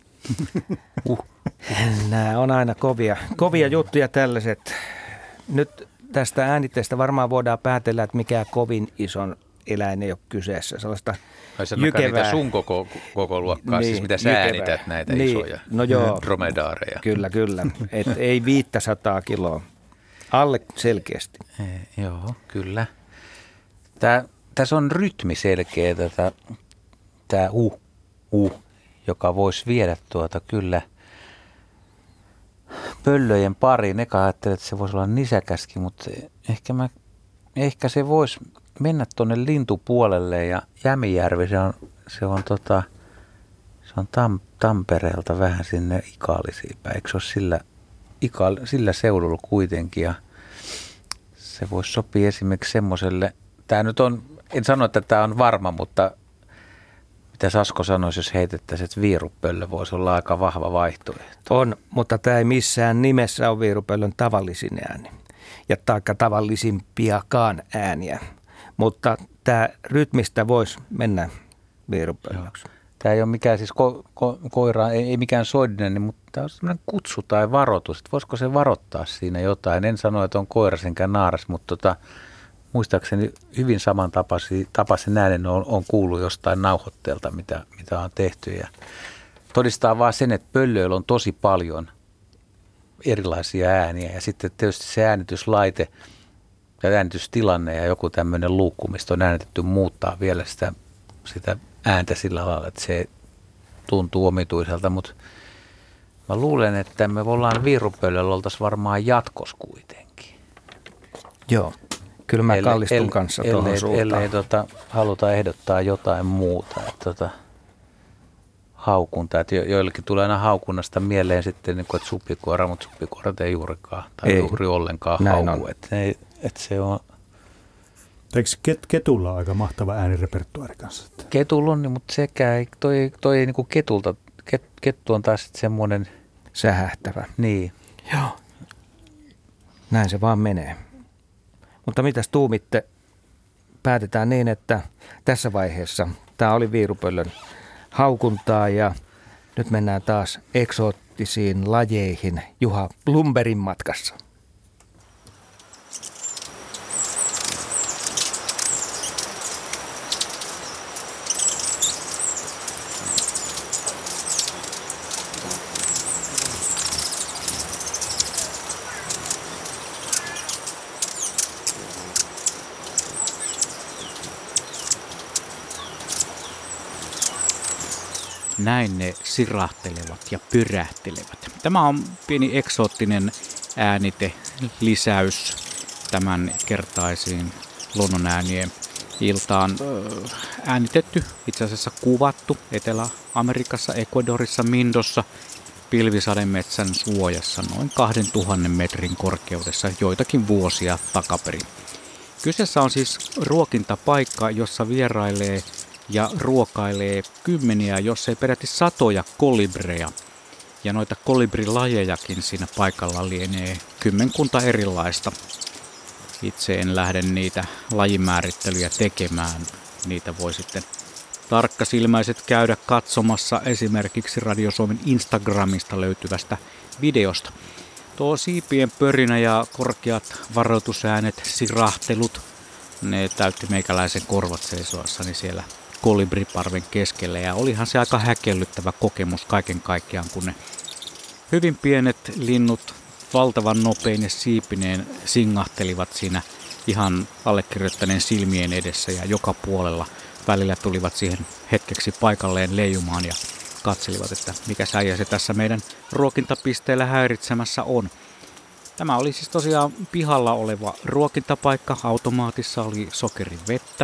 Nämä on aina kovia juttuja tällaiset. Nyt tästä äänitteestä varmaan voidaan päätellä, että mikä kovin ison eläin ei ole kyseessä. Sellaista jykevää. Niitä sun koko luokkaa, niin, siis mitä sä äänität näitä niin, isoja no joo, dromedaareja. Kyllä. Et ei 500 kiloa. Alle selkeästi. Joo, kyllä. Tässä on rytmi selkeä, tämä joka voisi viedä kyllä pöllöjen pariin. Eka ajattelin, että se voisi olla nisäkäskin, mutta ehkä se voisi mennä tuonne lintupuolelle, ja Jämijärvi, se on Tampereelta vähän sinne Ikaalisiin päin. Eikö se ole sillä seudulla kuitenkin, ja se voisi sopia esimerkiksi semmoiselle, tämä nyt on, en sano, että tämä on varma, mutta mitä Sasko sanoisi, jos heitettäisiin, että viirupöllö voisi olla aika vahva vaihtoehto. On, mutta tämä ei missään nimessä ole viirupöllön tavallisin ääni. Ja taikka tavallisimpiakaan ääniä. Mutta tämä rytmistä voisi mennä viirupöllöksi. Tämä ei ole mikään siis koira, ei mikään soidinen, mutta tämä on sellainen kutsu tai varoitus. Että voisiko se varoittaa siinä jotain? En sano, että on koira senkään naaras, mutta muistaakseni hyvin samantapaisen äänen on kuullut jostain nauhoitteelta, mitä on tehty. Ja todistaa vaan sen, että pöllöillä on tosi paljon erilaisia ääniä. Ja sitten tietysti se äänityslaite ja äänitystilanne ja joku tämmöinen luukku, mistä on äänitetty, muuttaa vielä sitä ääntä sillä lailla, että se tuntuu omituiselta, mutta mä luulen, että me ollaan viirupöllöllä oltaisiin varmaan jatkos kuitenkin. Joo, kyllä mä kallistun kanssa tuohon suuntaan. Ellei haluta ehdottaa jotain muuta. Haukunta, että joillekin tulee aina haukunnasta mieleen sitten, niin kuin, että supikoira, mutta supikoirat ei juurikaan tai juuri ollenkaan hauku. Että se on... Eikö ketulla on aika mahtava äänirepertuaari kanssa? Ketulla on, mutta sekään, toi ei niin kuin ketulta, kettu on taas semmoinen... Sähähtävä. Niin. Joo. Näin se vaan menee. Mutta mitäs tuumitte? Päätetään niin, että tässä vaiheessa tämä oli viirupöllön haukuntaa ja nyt mennään taas eksoottisiin lajeihin Juha Blumbergin matkassa. Näin ne sirahtelevat ja pyrähtelevät. Tämä on pieni eksoottinen äänite-lisäys tämän kertaisiin luonnonäänien iltaan. Äänitetty, itse asiassa kuvattu Etelä-Amerikassa, Ecuadorissa, Mindossa, pilvisademetsän suojassa noin 2000 metrin korkeudessa joitakin vuosia takaperin. Kyseessä on siis ruokintapaikka, jossa vierailee ja ruokailee kymmeniä, jos ei peräti satoja kolibreja. Ja noita kolibrilajejakin siinä paikalla lienee kymmenkunta erilaista. Itse en lähde niitä lajimäärittelyjä tekemään. Niitä voi sitten tarkkasilmäiset käydä katsomassa esimerkiksi Radio Suomen Instagramista löytyvästä videosta. Tuo siipien pörinä ja korkeat varoitusäänet, sirahtelut, ne täytti meikäläisen korvat seisoassani siellä kolibriparven keskellä ja olihan se aika häkellyttävä kokemus kaiken kaikkiaan, kun ne hyvin pienet linnut valtavan nopein ja siipineen singahtelivat siinä ihan allekirjoittaneen silmien edessä ja joka puolella välillä tulivat siihen hetkeksi paikalleen leijumaan ja katselivat, että mikä äijä se tässä meidän ruokintapisteellä häiritsemässä on. Tämä oli siis tosiaan pihalla oleva ruokintapaikka. Automaatissa oli sokerivettä.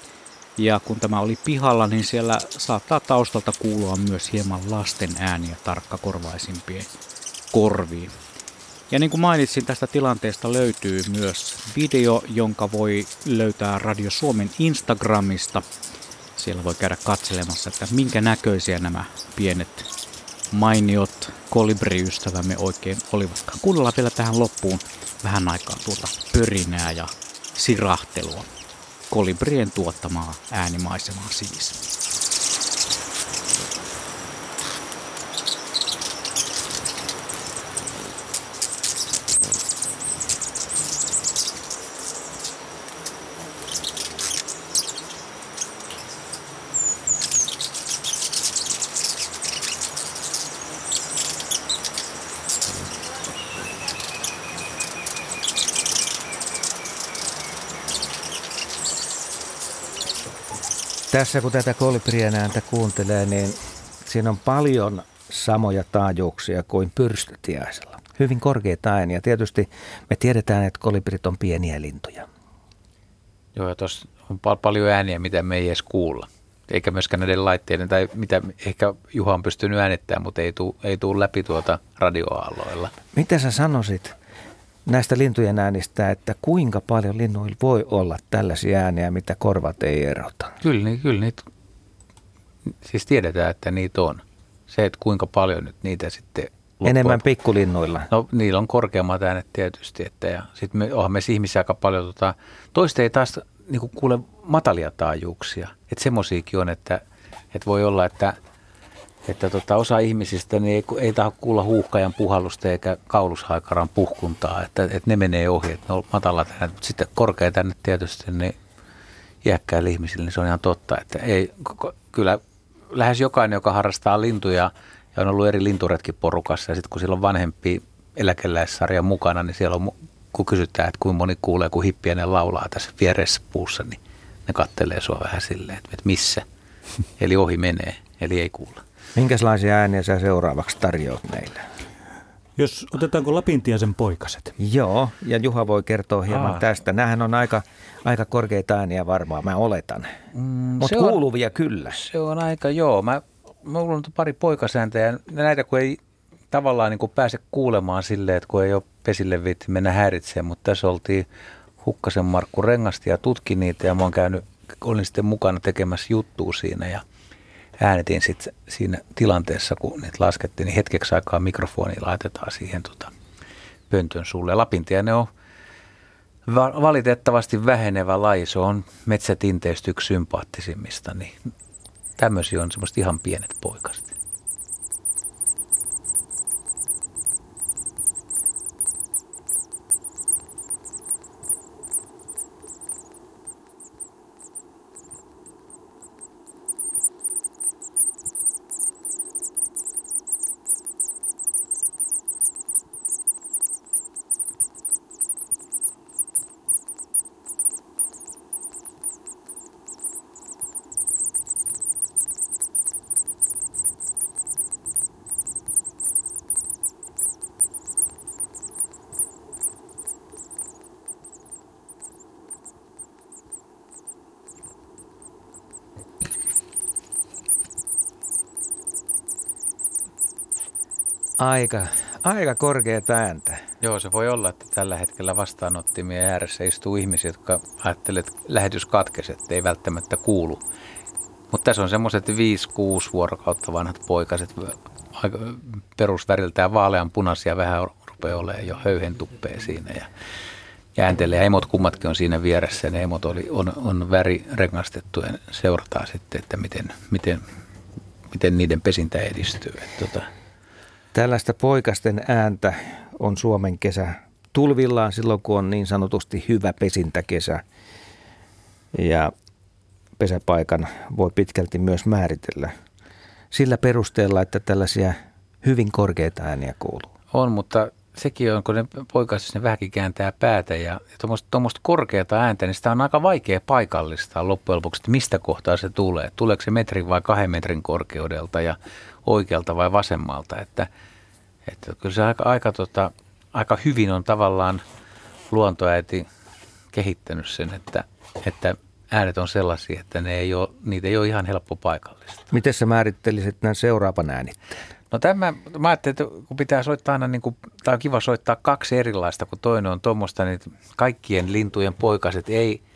Ja kun tämä oli pihalla, niin siellä saattaa taustalta kuulua myös hieman lasten ääniä tarkkakorvaisimpien korviin. Ja niin kuin mainitsin, tästä tilanteesta löytyy myös video, jonka voi löytää Radio Suomen Instagramista. Siellä voi käydä katselemassa, että minkä näköisiä nämä pienet mainiot kolibriystävämme oikein olivatkaan. Kuunnellaan vielä tähän loppuun vähän aikaa tuota pörinää ja sirahtelua. Kolibrien tuottamaa äänimaisemaa siis. Tässä kun tätä kolibrien ääntä kuuntelee, niin siinä on paljon samoja taajuuksia kuin pyrstötiaisella. Hyvin korkeita ääniä. Tietysti me tiedetään, että kolibrit on pieniä lintuja. Joo, ja tuossa on paljon ääniä, mitä me ei edes kuulla. Eikä myöskään näiden laitteiden, tai mitä ehkä Juha on pystynyt äänittämään, mutta ei tule läpi tuota radioaalloilla. Mitä sä sanoisit näistä lintujen äänistä, että kuinka paljon linnuilla voi olla tällaisia ääniä, mitä korvat ei erota? Kyllä niitä, siis tiedetään, että niitä on. Se, että kuinka paljon nyt niitä sitten enemmän pikkulinnuilla. No niillä on korkeammat äänet tietysti, että ja sitten onhan meissä ihmisiä aika paljon, toista ei taas niinku kuule matalia taajuuksia. Että semmoisiakin on, että voi olla, että osa ihmisistä niin ei taho kuulla huuhkajan puhallusta eikä kaulushaikaran puhkuntaa, että ne menee ohi, että ne on matalat äänet. Mutta sitten korkeat äänet tietysti niin iäkkäillä ihmisillä, niin se on ihan totta, että kyllä lähes jokainen, joka harrastaa lintuja ja on ollut eri linturetkiporukassa ja sitten kun siellä on vanhempi eläkeläissarja mukana, niin siellä on, kun kysytään, että kuinka moni kuulee, kun hippiäinen laulaa tässä vieressä puussa, niin ne kattelee sua vähän silleen, että missä. Eli ohi menee, eli ei kuulla. Minkälaisia ääniä sä seuraavaksi tarjoat meille? Jos otetaanko Lapintiaisen poikaset? Joo, ja Juha voi kertoa hieman tästä. Nämähän on aika korkeita ääniä varmaan, mä oletan. Mutta kuuluvia kyllä. Se on aika, joo. Mulla on pari poikasääntä ja näitä kun ei tavallaan niin kuin pääse kuulemaan silleen, että kun ei ole pesille viitti mennä häiritsemään, mutta tässä oltiin Hukkasen Markku rengasti ja tutki niitä ja mä olin sitten mukana tekemässä juttua siinä ja äänetin sitten siinä tilanteessa, kun niitä laskettiin, niin hetkeksi aikaa mikrofoni laitetaan siihen pöntön sulle. Lapintiainen on valitettavasti vähenevä laji, se on metsätinteistä yksi sympaattisimmista, niin tämmöisiä on semmoista ihan pienet poikaset. Aika korkeata ääntä. Joo, se voi olla, että tällä hetkellä vastaanottimien ääressä istuu ihmisiä, jotka ajattelevat, että lähetys katkesi, että ei välttämättä kuulu. Mutta tässä on semmoiset 5-6 vuorokautta vanhat poikaset, perusväriltään vaaleanpunaisia, vähän rupeaa olemaan jo höyhentuppea siinä ja ääntelee. Ja emot kummatkin on siinä vieressä ja ne emot on värirengastettu ja seurataan sitten, että miten niiden pesintä edistyy. Tällaista poikasten ääntä on Suomen kesä tulvillaan silloin, kun on niin sanotusti hyvä pesintäkesä. Ja pesäpaikan voi pitkälti myös määritellä sillä perusteella, että tällaisia hyvin korkeita ääniä kuuluu. On, mutta sekin on, kun ne poikaset ne vähänkin kääntää päätä ja tuommoista korkeata ääntä, niin sitä on aika vaikea paikallistaa loppujen lopuksi, että mistä kohtaa se tulee. Tuleeko se metrin vai 2 metrin korkeudelta ja oikealta vai vasemmalta, että kyllä se aika hyvin on tavallaan luontoäiti kehittänyt sen, että äänet on sellaisia, että niitä ei ole ihan helppo paikallista. Miten sä määrittelisit tämän seuraavan äänitteen? No mä ajattelin, että kun pitää soittaa aina, tai on kiva soittaa 2 erilaista, kun toinen on tuommoista, niin kaikkien lintujen poikaset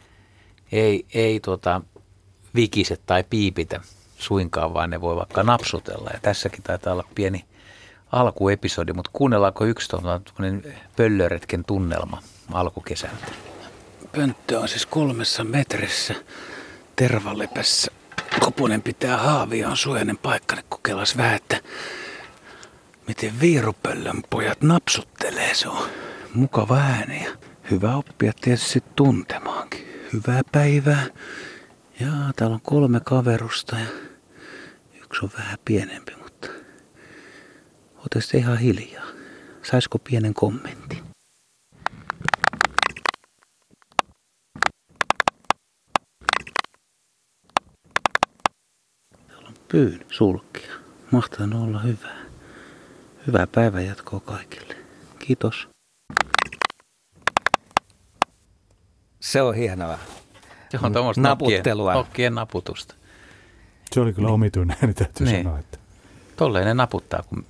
ei vikiset tai piipitä suinkaan, vaan ne voi vaikka napsutella. Ja tässäkin taitaa olla pieni alkuepisodi, mutta kuunnellaanko yksi pöllöretken tunnelma alkukesältä. Pönttö on siis 3 metrissä tervalepässä. Koponen pitää haavia, on suojainen paikka, niin kokeilas vähän, että miten viirupöllön pojat napsuttelee. Se on mukava ääni ja hyvä oppia tietysti tuntemaankin. Hyvää päivää. Ja täällä on 3 kaverusta ja yksi on vähän pienempi, mutta ootte sitten ihan hiljaa. Saisiko pienen kommentin? Täällä on pyyn sulkia. Mahtaa olla hyvää. Hyvää päivänjatkoa kaikille. Kiitos. Se on hienoa. Se on tuommoista naputtelua. Nokkien naputusta. Se oli kyllä omituinen ääni, täytyy sanoa. Että. Tolleen ne naputtaa, kun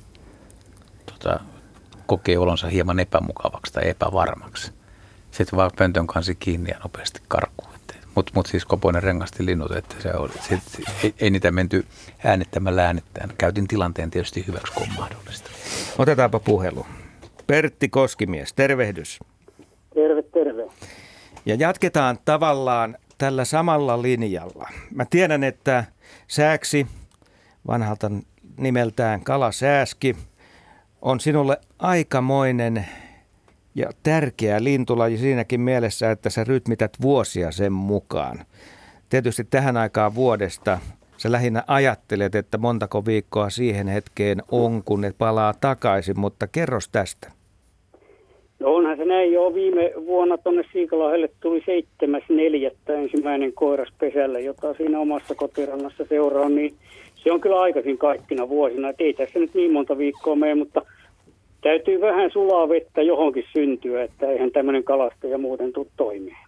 kokee olonsa hieman epämukavaksi tai epävarmaksi. Sitten vaan pöntön kansi kiinni ja nopeasti karkuun. Mutta siis Koponen rengasti linnut, että se oli, ei niitä menty äänittämällä äänittämään. Käytin tilanteen tietysti hyväksi, kun on mahdollista. Otetaanpa puhelu. Pertti Koskimies, tervehdys. Terve. Ja jatketaan tavallaan tällä samalla linjalla. Mä tiedän, että sääksi, vanhalta nimeltään kalasääski, on sinulle aikamoinen ja tärkeä lintulaji siinäkin mielessä, että sä rytmität vuosia sen mukaan. Tietysti tähän aikaan vuodesta sä lähinnä ajattelet, että montako viikkoa siihen hetkeen on, kun ne palaa takaisin, mutta kerros tästä. No onhan se näin jo. Viime vuonna tuonne Siikalahdelle tuli 7.4. ensimmäinen koiras pesälle, jota siinä omassa kotirannassa seuraa, niin se on kyllä aikaisin kaikkina vuosina. Et ei tässä nyt niin monta viikkoa mene, mutta täytyy vähän sulaa vettä johonkin syntyä, että eihän tämmöinen kalastaja muuten tule toimeen.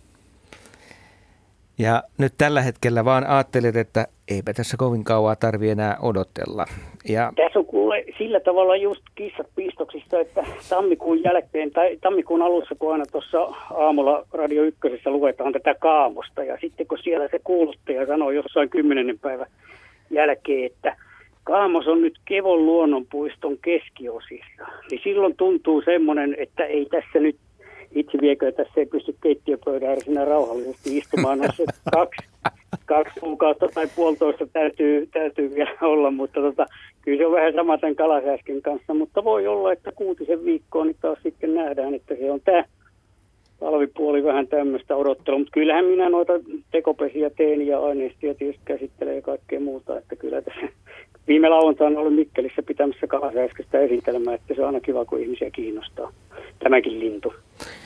Ja nyt tällä hetkellä vaan ajattelet, että eipä tässä kovin kauaa tarvitse enää odotella. Ja Tässä on kuule sillä tavalla just kissat pistoksista, että tammikuun jälkeen tai tammikuun alussa, kun aina tuossa aamulla Radio 1 luetaan tätä kaamosta. Ja sitten kun siellä se kuuluttaja sanoo jossain 10. päivän jälkeen, että Kaamos on nyt Kevon luonnonpuiston keskiosissa, niin silloin tuntuu semmoinen, että ei tässä nyt itse viekö, tässä ei pysty keittiöpöydän ääressä rauhallisesti istumaan. No se kaksi kuukautta tai puolitoista täytyy vielä olla, mutta kyllä se on vähän sama tämän kalasääsken kanssa. Mutta voi olla, että 6 viikkoa niin taas sitten nähdään, että se on tämä talvipuoli vähän tämmöistä odottelua. Mutta kyllähän minä noita tekopesiä teen ja aineistoja tietysti käsittelen ja kaikkea muuta. Että kyllä tässä viime lauantaina olin Mikkelissä pitämässä kalasääskestä esitelmää, että se on aina kiva, kun ihmisiä kiinnostaa tämäkin lintu.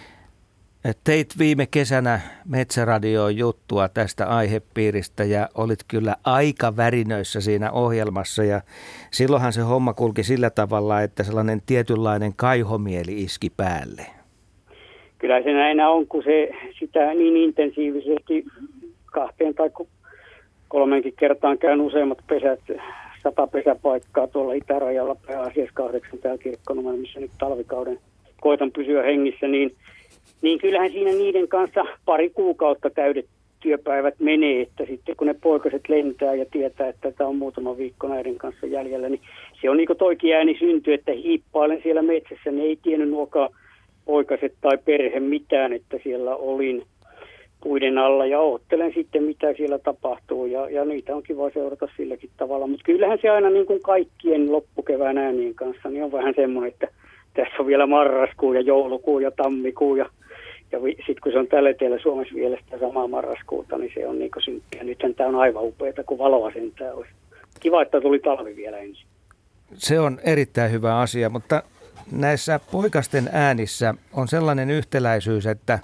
teit viime kesänä Metsäradioon juttua tästä aihepiiristä ja olit kyllä aika värinöissä siinä ohjelmassa ja silloinhan se homma kulki sillä tavalla, että sellainen tietynlainen kaihomieli iski päälle. Kyllä se näin on, kun se sitä niin intensiivisesti 2 tai 3 kertaan käyn useimmat pesät, 100 pesäpaikkaa tuolla itärajalla, pääasiassa 8 täällä Kirkkonummella, missä nyt talvikauden koitan pysyä hengissä, niin kyllähän siinä niiden kanssa 2 kuukautta täydet työpäivät menee, että sitten kun ne poikaset lentää ja tietää, että tämä on muutama viikko näiden kanssa jäljellä, niin se on niin kuin toikin ääni syntyy, että hiippailen siellä metsässä, niin ei tiennyt nuokaan poikaset tai perhe mitään, että siellä olin puiden alla ja oottelen sitten, mitä siellä tapahtuu ja niitä on kiva seurata silläkin tavalla, mutta kyllähän se aina niin kuin kaikkien loppukevään äänien kanssa, niin on vähän semmoinen, että tässä on vielä marraskuu ja joulukuu ja tammikuu ja sitten kun se on tällä teillä Suomessa vielä sitä samaa marraskuuta, niin se on niin kuin synkkä. Nythän tämä on aivan upeata, kun valoa sentään olisi. Kiva, että tuli talvi vielä ensin. Se on erittäin hyvä asia, mutta näissä poikasten äänissä on sellainen yhtäläisyys, että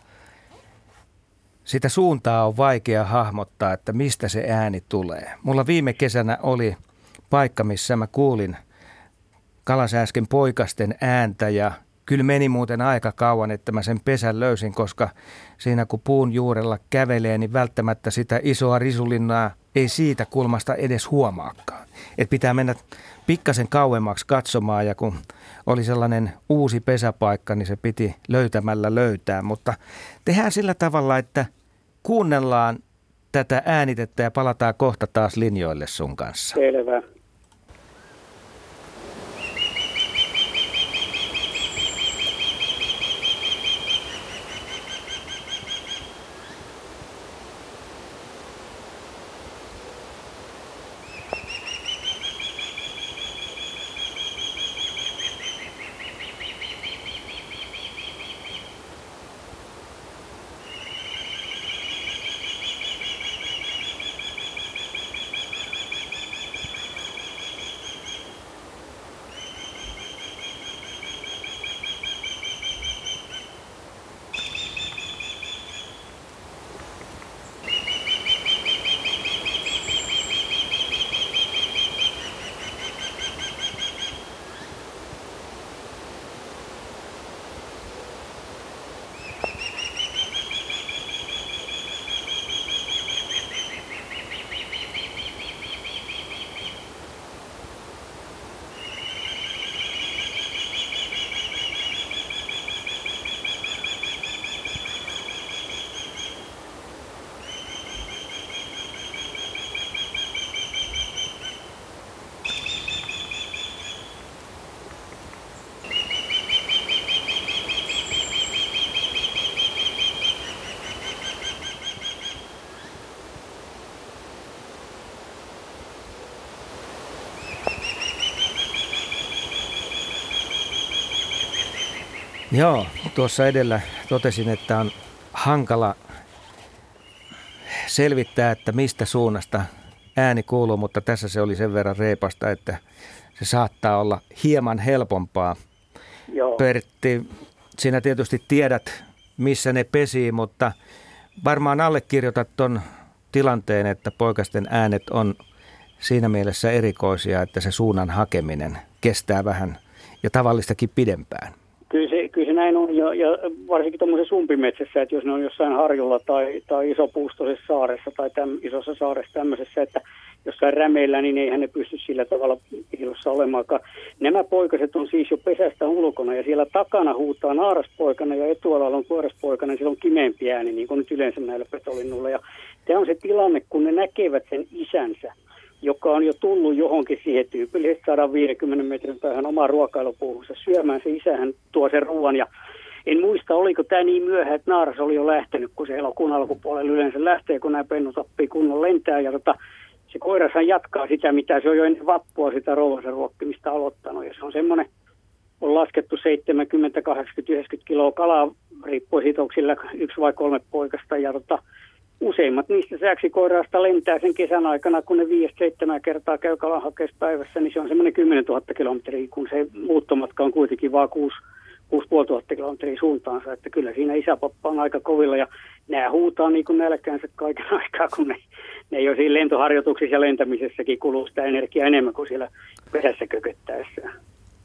sitä suuntaa on vaikea hahmottaa, että mistä se ääni tulee. Mulla viime kesänä oli paikka, missä mä kuulin kalasääsken poikasten ääntä ja kyllä meni muuten aika kauan, että mä sen pesän löysin, koska siinä kun puun juurella kävelee, niin välttämättä sitä isoa risulinnaa ei siitä kulmasta edes huomaakaan. Et pitää mennä pikkasen kauemmaksi katsomaan ja kun oli sellainen uusi pesäpaikka, niin se piti löytämällä löytää. Mutta tehdään sillä tavalla, että kuunnellaan tätä äänitettä ja palataan kohta taas linjoille sun kanssa. Selvä. Joo, tuossa edellä totesin, että on hankala selvittää, että mistä suunnasta ääni kuuluu, mutta tässä se oli sen verran reipasta, että se saattaa olla hieman helpompaa. Joo. Pertti, sinä tietysti tiedät, missä ne pesii, mutta varmaan allekirjoitat ton tilanteen, että poikasten äänet on siinä mielessä erikoisia, että se suunnan hakeminen kestää vähän ja tavallistakin pidempään. Kyllä se näin on, ja varsinkin tuommoisessa umpimetsässä, että jos ne on jossain harjulla tai isopuustoisessa saaressa tai isossa saaressa tämmöisessä, että jossain rämeillä, niin eihän ne pysty sillä tavalla piilossa olemaan. Nämä poikaset on siis jo pesästä ulkona, ja siellä takana huutaa naaraspoikana ja etualalla on koiraspoikana, ja siellä on kimeempi ääni, niin kuin nyt yleensä näillä petolinnuilla. Ja tämä on se tilanne, kun ne näkevät sen isänsä, joka on jo tullut johonkin siihen tyypillisesti 150 metrin päähän omaan ruokailupuuhunsa syömään. Se isähän tuo sen ruoan, ja en muista, oliko tämä niin myöhään, että naaras oli jo lähtenyt, kun se elokuun alkupuolella yleensä lähtee, kun nämä pennut oppii kunnon lentää, ja se koirashan jatkaa sitä, mitä se on jo ennen vappua sitä rouvansa ruokkimista aloittanut, ja se on semmoinen, on laskettu 70, 80, 90 kiloa kalaa, riippuen siitä, onko sillä 1 vai 3 poikasta, ja useimmat niistä sääksikoiraista lentää sen kesän aikana, kun ne 5-7 kertaa käy kalan hakeessa päivässä, niin se on semmoinen 10 000 kilometriä, kun se muuttomatka on kuitenkin vaan 6 500 kilometriä suuntaansa, että kyllä siinä isäpappa on aika kovilla, ja nämä huutaa niin kuin nälkäänsä kaiken aikaa, kun ne ei ole siinä lentoharjoituksissa ja lentämisessäkin kuluu sitä energiaa enemmän kuin siellä pesässä kököttäessään.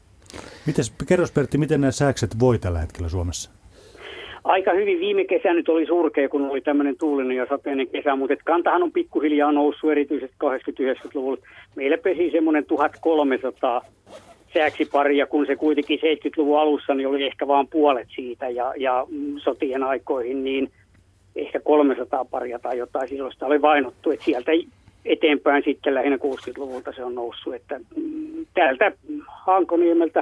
Kerros Pertti, miten nämä sääkset voi tällä hetkellä Suomessa? Aika hyvin. Viime kesä nyt oli surkea, kun oli tämmöinen tuulinen ja sateinen kesä, mutta kantahan on pikkuhiljaa noussut erityisesti 80-90-luvulla. Meillä pesi semmoinen 1300 sääksiparia, kun se kuitenkin 70-luvun alussa niin oli ehkä vain puolet siitä ja sotien aikoihin niin ehkä 300 paria tai jotain silloin sitä oli vainottu, että sieltä eteenpäin sitten lähinnä 60-luvulta se on noussut, että täältä Hankoniemeltä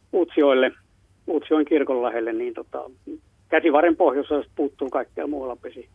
Utsjoen kirkon lähelle, niin Käsivarren pohjoisesta puuttuu kaikkea muualla pesi.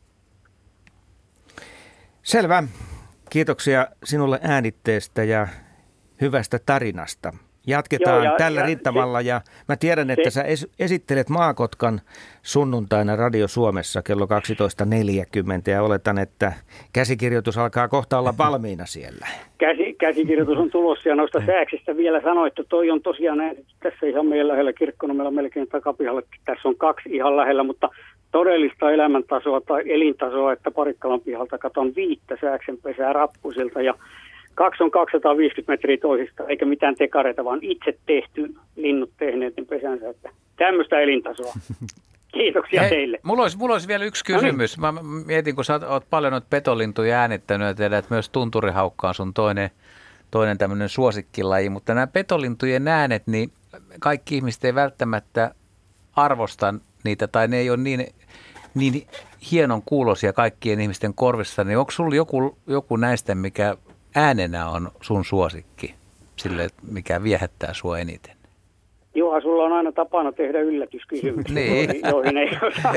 Selvä. Kiitoksia sinulle äänitteestä ja hyvästä tarinasta. Jatketaan tällä rintamalla ja mä tiedän, että sä esittelet Maakotkan sunnuntaina Radio Suomessa kello 12.40 ja oletan, että käsikirjoitus alkaa kohta olla valmiina siellä. Käsikirjoitus on tulossa ja noista sääksistä vielä sanoin, että toi on tosiaan tässä ihan meidän lähellä Kirkkonummella melkein takapihalla. Tässä on 2 ihan lähellä, mutta todellista elämäntasoa tai elintasoa, että Parikkalan pihalta katon 5 sääksenpesää rappusilta ja 2 on 250 metriä toisista, eikä mitään tekareita, vaan itse tehty linnut tehneet pesänsä. Että tämmöistä elintasoa. Kiitoksia teille. Mulla olisi vielä yksi kysymys. Mä mietin, kun sä oot paljon noita petolintuja äänittänyt ja tiedät, että myös tunturihaukka on sun toinen tämmöinen suosikkilaji, mutta nämä petolintujen äänet, niin kaikki ihmiset ei välttämättä arvosta niitä tai ne ei ole niin hienon kuuloisia kaikkien ihmisten korvissa, niin onko sulla joku näistä, mikä äänenä on sun suosikki, sille mikä viehättää sua eniten? Joo, sulla on aina tapana tehdä yllätyskysymyksiä, joihin ei osaa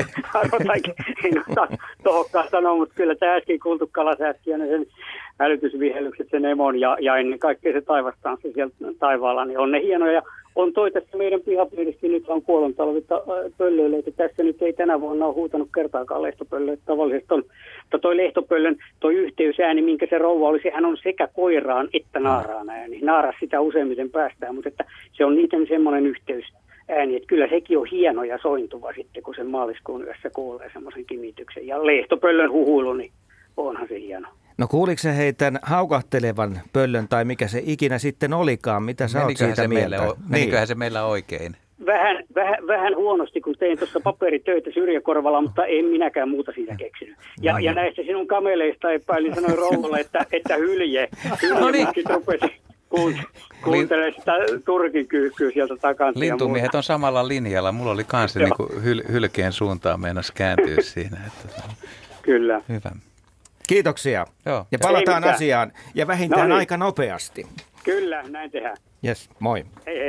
tohokkaan sanoa, mutta kyllä tämä äsken kuultu kalasääski ja sen hälytysvihellykset, sen emon ja ennen kaikkea se taivastanssi sieltä taivaalla, niin on ne hienoja. Ja on toi tässä meidän pihapiirissä, nyt on kuolontalvi pöllöille, että tässä nyt ei tänä vuonna ole huutanut kertaakaan lehtopöllöä. Tavallisesti on, mutta toi lehtopöllön, toi yhteysääni, minkä se rouva oli, sehän on sekä koiraan että naaraan ääni. Naaras sitä useimmiten päästään, mutta että se on niiden semmoinen yhteysääni, että kyllä sekin on hieno ja sointuva sitten, kun sen maaliskuun yössä kuulee semmoisen kimityksen. Ja lehtopöllön huhuilu, niin onhan se hieno. No kuuliko se heitän haukahtelevan pöllön tai mikä se ikinä sitten olikaan? Mitä sä oot siitä mieltä? Meniköhän se meillä oikein? Vähän huonosti, kun tein tuossa paperitöitä Syrjäkorvalla, mutta en minäkään muuta siitä keksinyt. Ja näistä sinun kameleista epäilin, sanoin rouvalle, että hylje. No niin. Rupesi kuuntelemaan sitä turkin kyyhkyä sieltä takaa. Lintumiehet on samalla linjalla. Mulla oli kanssa niin hylkeen suuntaan meinas kääntyä siinä. Että kyllä. Hyvä. Kiitoksia. Joo. Ja palataan asiaan. Ja vähintään aika nopeasti. Kyllä, näin tehdään. Jes, moi. Hei.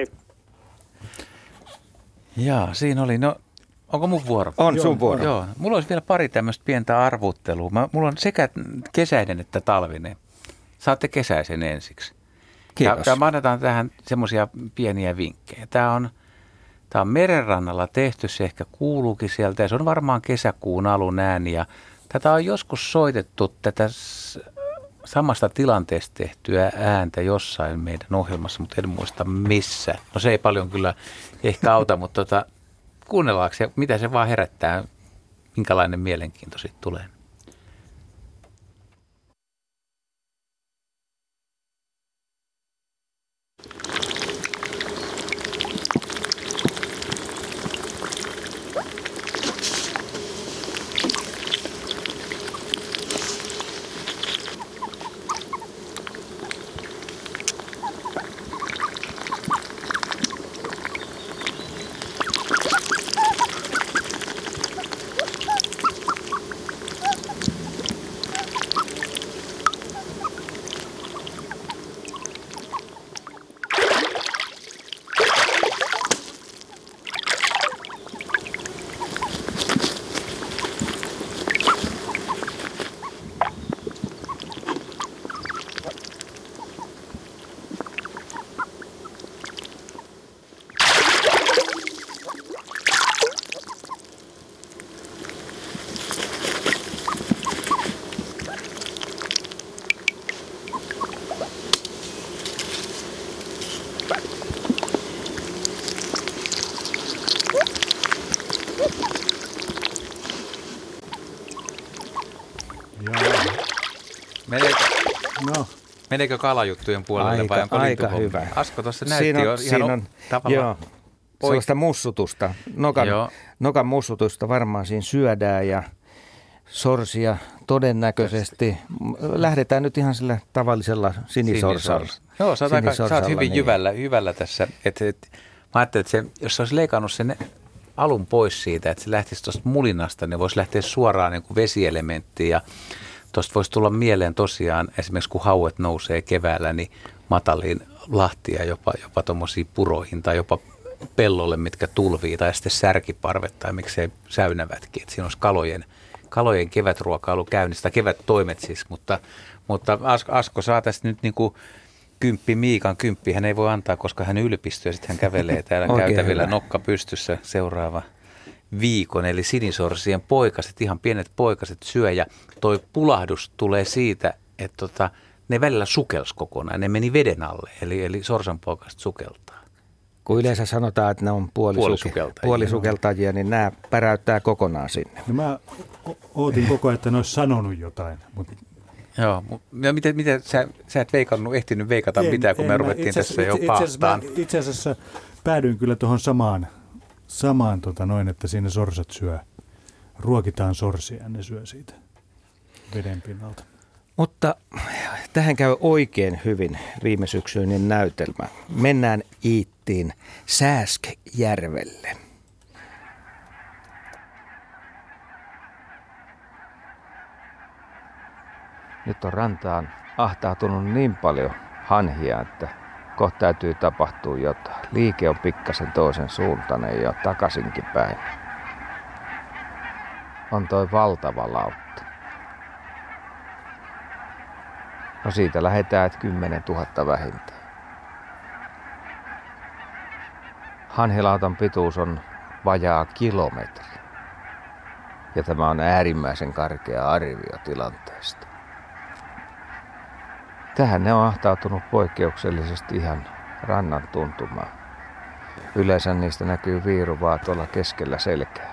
Jaa, siinä oli. No, onko mun vuoro? On sun vuoro. Joo. Mulla olisi vielä pari tämmöistä pientä arvuttelua. Mulla on sekä kesäinen että talvinen. Saatte kesäisen ensiksi. Kiitos. Ja mä annetaan tähän semmoisia pieniä vinkkejä. Tämä on merenrannalla tehty, se ehkä kuuluukin sieltä ja se on varmaan kesäkuun alun ääni. Ja tätä on joskus soitettu tätä samasta tilanteesta tehtyä ääntä jossain meidän ohjelmassa, mutta en muista missä. No se ei paljon kyllä ehkä auta, mutta kuunnellaanko se, mitä se vaan herättää, minkälainen mielenkiinto siitä tulee. Meneekö kalajuttujen puolelle vai onko aika hyvä. Asko tuossa näytti siinä on tavallaan sellaista mussutusta. Nokan mussutusta varmaan siinä syödään ja sorsia todennäköisesti. Lähdetään nyt ihan sillä tavallisella sinisorsalla. Joo, sä oot hyvin hyvällä tässä. Mä ajattelin, että jos sä olisi leikannut sen alun pois siitä, että se lähtisi tuosta mulinasta, niin voisi lähteä suoraan niin kuin vesielementtiin ja tuosta voisi tulla mieleen tosiaan, esimerkiksi kun hauet nousee keväällä, niin mataliin lahtia jopa tuommoisiin puroihin tai jopa pellolle, mitkä tulvii, tai sitten särkiparvet tai miksei säynävätkin. Että siinä olisi kalojen kevätruokailu käynnistä, kevättoimet siis, mutta Asko saa tästä nyt niin kuin Miikan kymppi. Hän ei voi antaa, koska hän ylpistyy ja sitten hän kävelee täällä käytävillä nokka pystyssä seuraava viikon, eli sinisorsien poikaset, ihan pienet poikaset syö, ja toi pulahdus tulee siitä, että ne välillä sukelsi kokonaan, ne meni veden alle, eli sorsanpoikaset sukeltaa. Kun yleensä sanotaan, että ne on puolisukeltajia, niin nämä päräyttää kokonaan sinne. No mä ootin koko ajan, että ne olisi sanonut jotain. Mutta... Joo, miten sä et ehtinyt veikata mitään, kun me ruvettiin tässä jo paastaan. Itse asiassa päädyin kyllä tuohon samaan että siinä sorsat ruokitaan sorsia ja ne syö siitä veden pinnalta. Mutta tähän käy oikein hyvin viime syksyinen näytelmä. Mennään Iittiin Sääskjärvelle. Nyt on rantaan ahtautunut niin paljon hanhia, että kohta täytyy tapahtua jotain. Liike on pikkasen toisen suuntainen jo takaisinkin päin. On toi valtava lautta. No siitä lähdetään 10 000 vähintään. Hanhilautan pituus on vajaa kilometri. Ja tämä on äärimmäisen karkea arvio tilanteesta. Tähän ne on ahtautunut poikkeuksellisesti ihan rannan tuntumaan. Yleensä niistä näkyy viiruvaa tuolla keskellä selkää.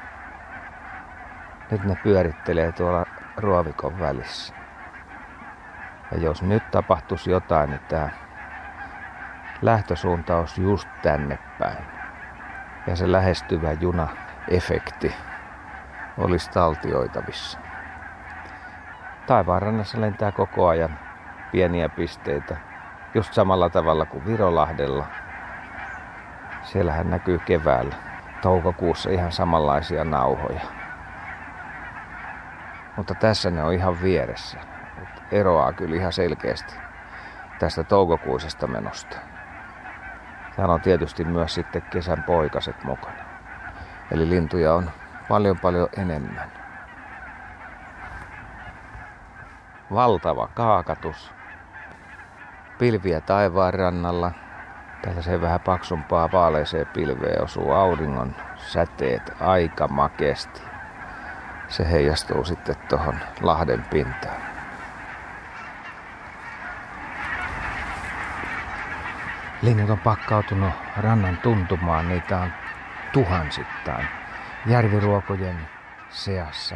Nyt ne pyörittelee tuolla ruovikon välissä. Ja jos nyt tapahtuisi jotain, niin tämä lähtösuunta olisi just tänne päin. Ja se lähestyvä juna-efekti olisi taltioitavissa. Taivaanrannassa lentää koko ajan pieniä pisteitä, just samalla tavalla kuin Virolahdella. Siellähän näkyy keväällä, toukokuussa ihan samanlaisia nauhoja. Mutta tässä ne on ihan vieressä. Eroaa kyllä ihan selkeästi tästä toukokuisesta menosta. Täällä on tietysti myös sitten kesän poikaset mukana. Eli lintuja on paljon enemmän. Valtava kaakatus. Pilviä taivaan rannalla. Tällaiseen vähän paksumpaa vaaleeseen pilveen osuu auringon säteet aika makeasti. Se heijastuu sitten tuohon lahden pintaan. Linnut on pakkautunut rannan tuntumaan. Niitä on tuhansittain järviruokojen seassa.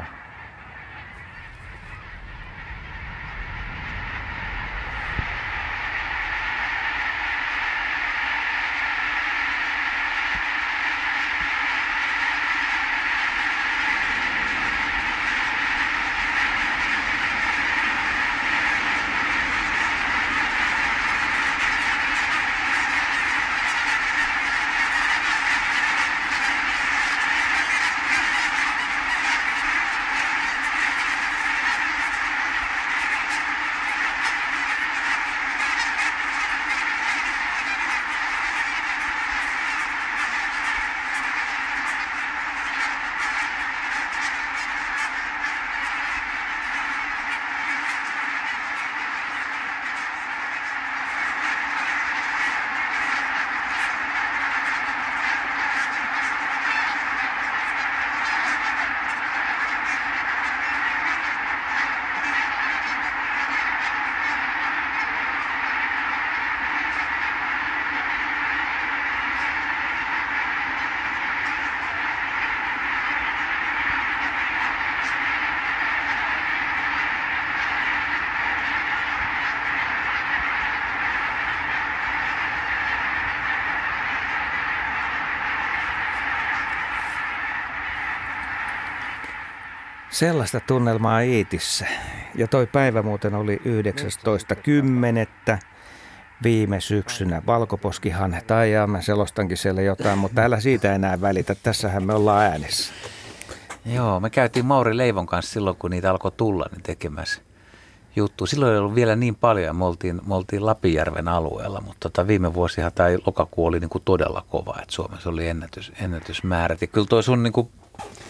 Sellaista tunnelmaa Iitissä. Ja toi päivä muuten oli 19.10. viime syksynä. Valkoposkihanhet ja mä selostankin siellä jotain, mutta älä siitä enää välitä. Tässähän me ollaan äänessä. Joo, me käytiin Mauri Leivon kanssa silloin, kun niitä alkoi tulla niin tekemässä juttu. Silloin ei ollut vielä niin paljon, me oltiin Lapinjärven alueella, mutta viime vuosihan tämä lokakuu oli niin kuin todella kova, että Suomessa oli ennätysmäärät. Ja kyllä toi sun niin kuin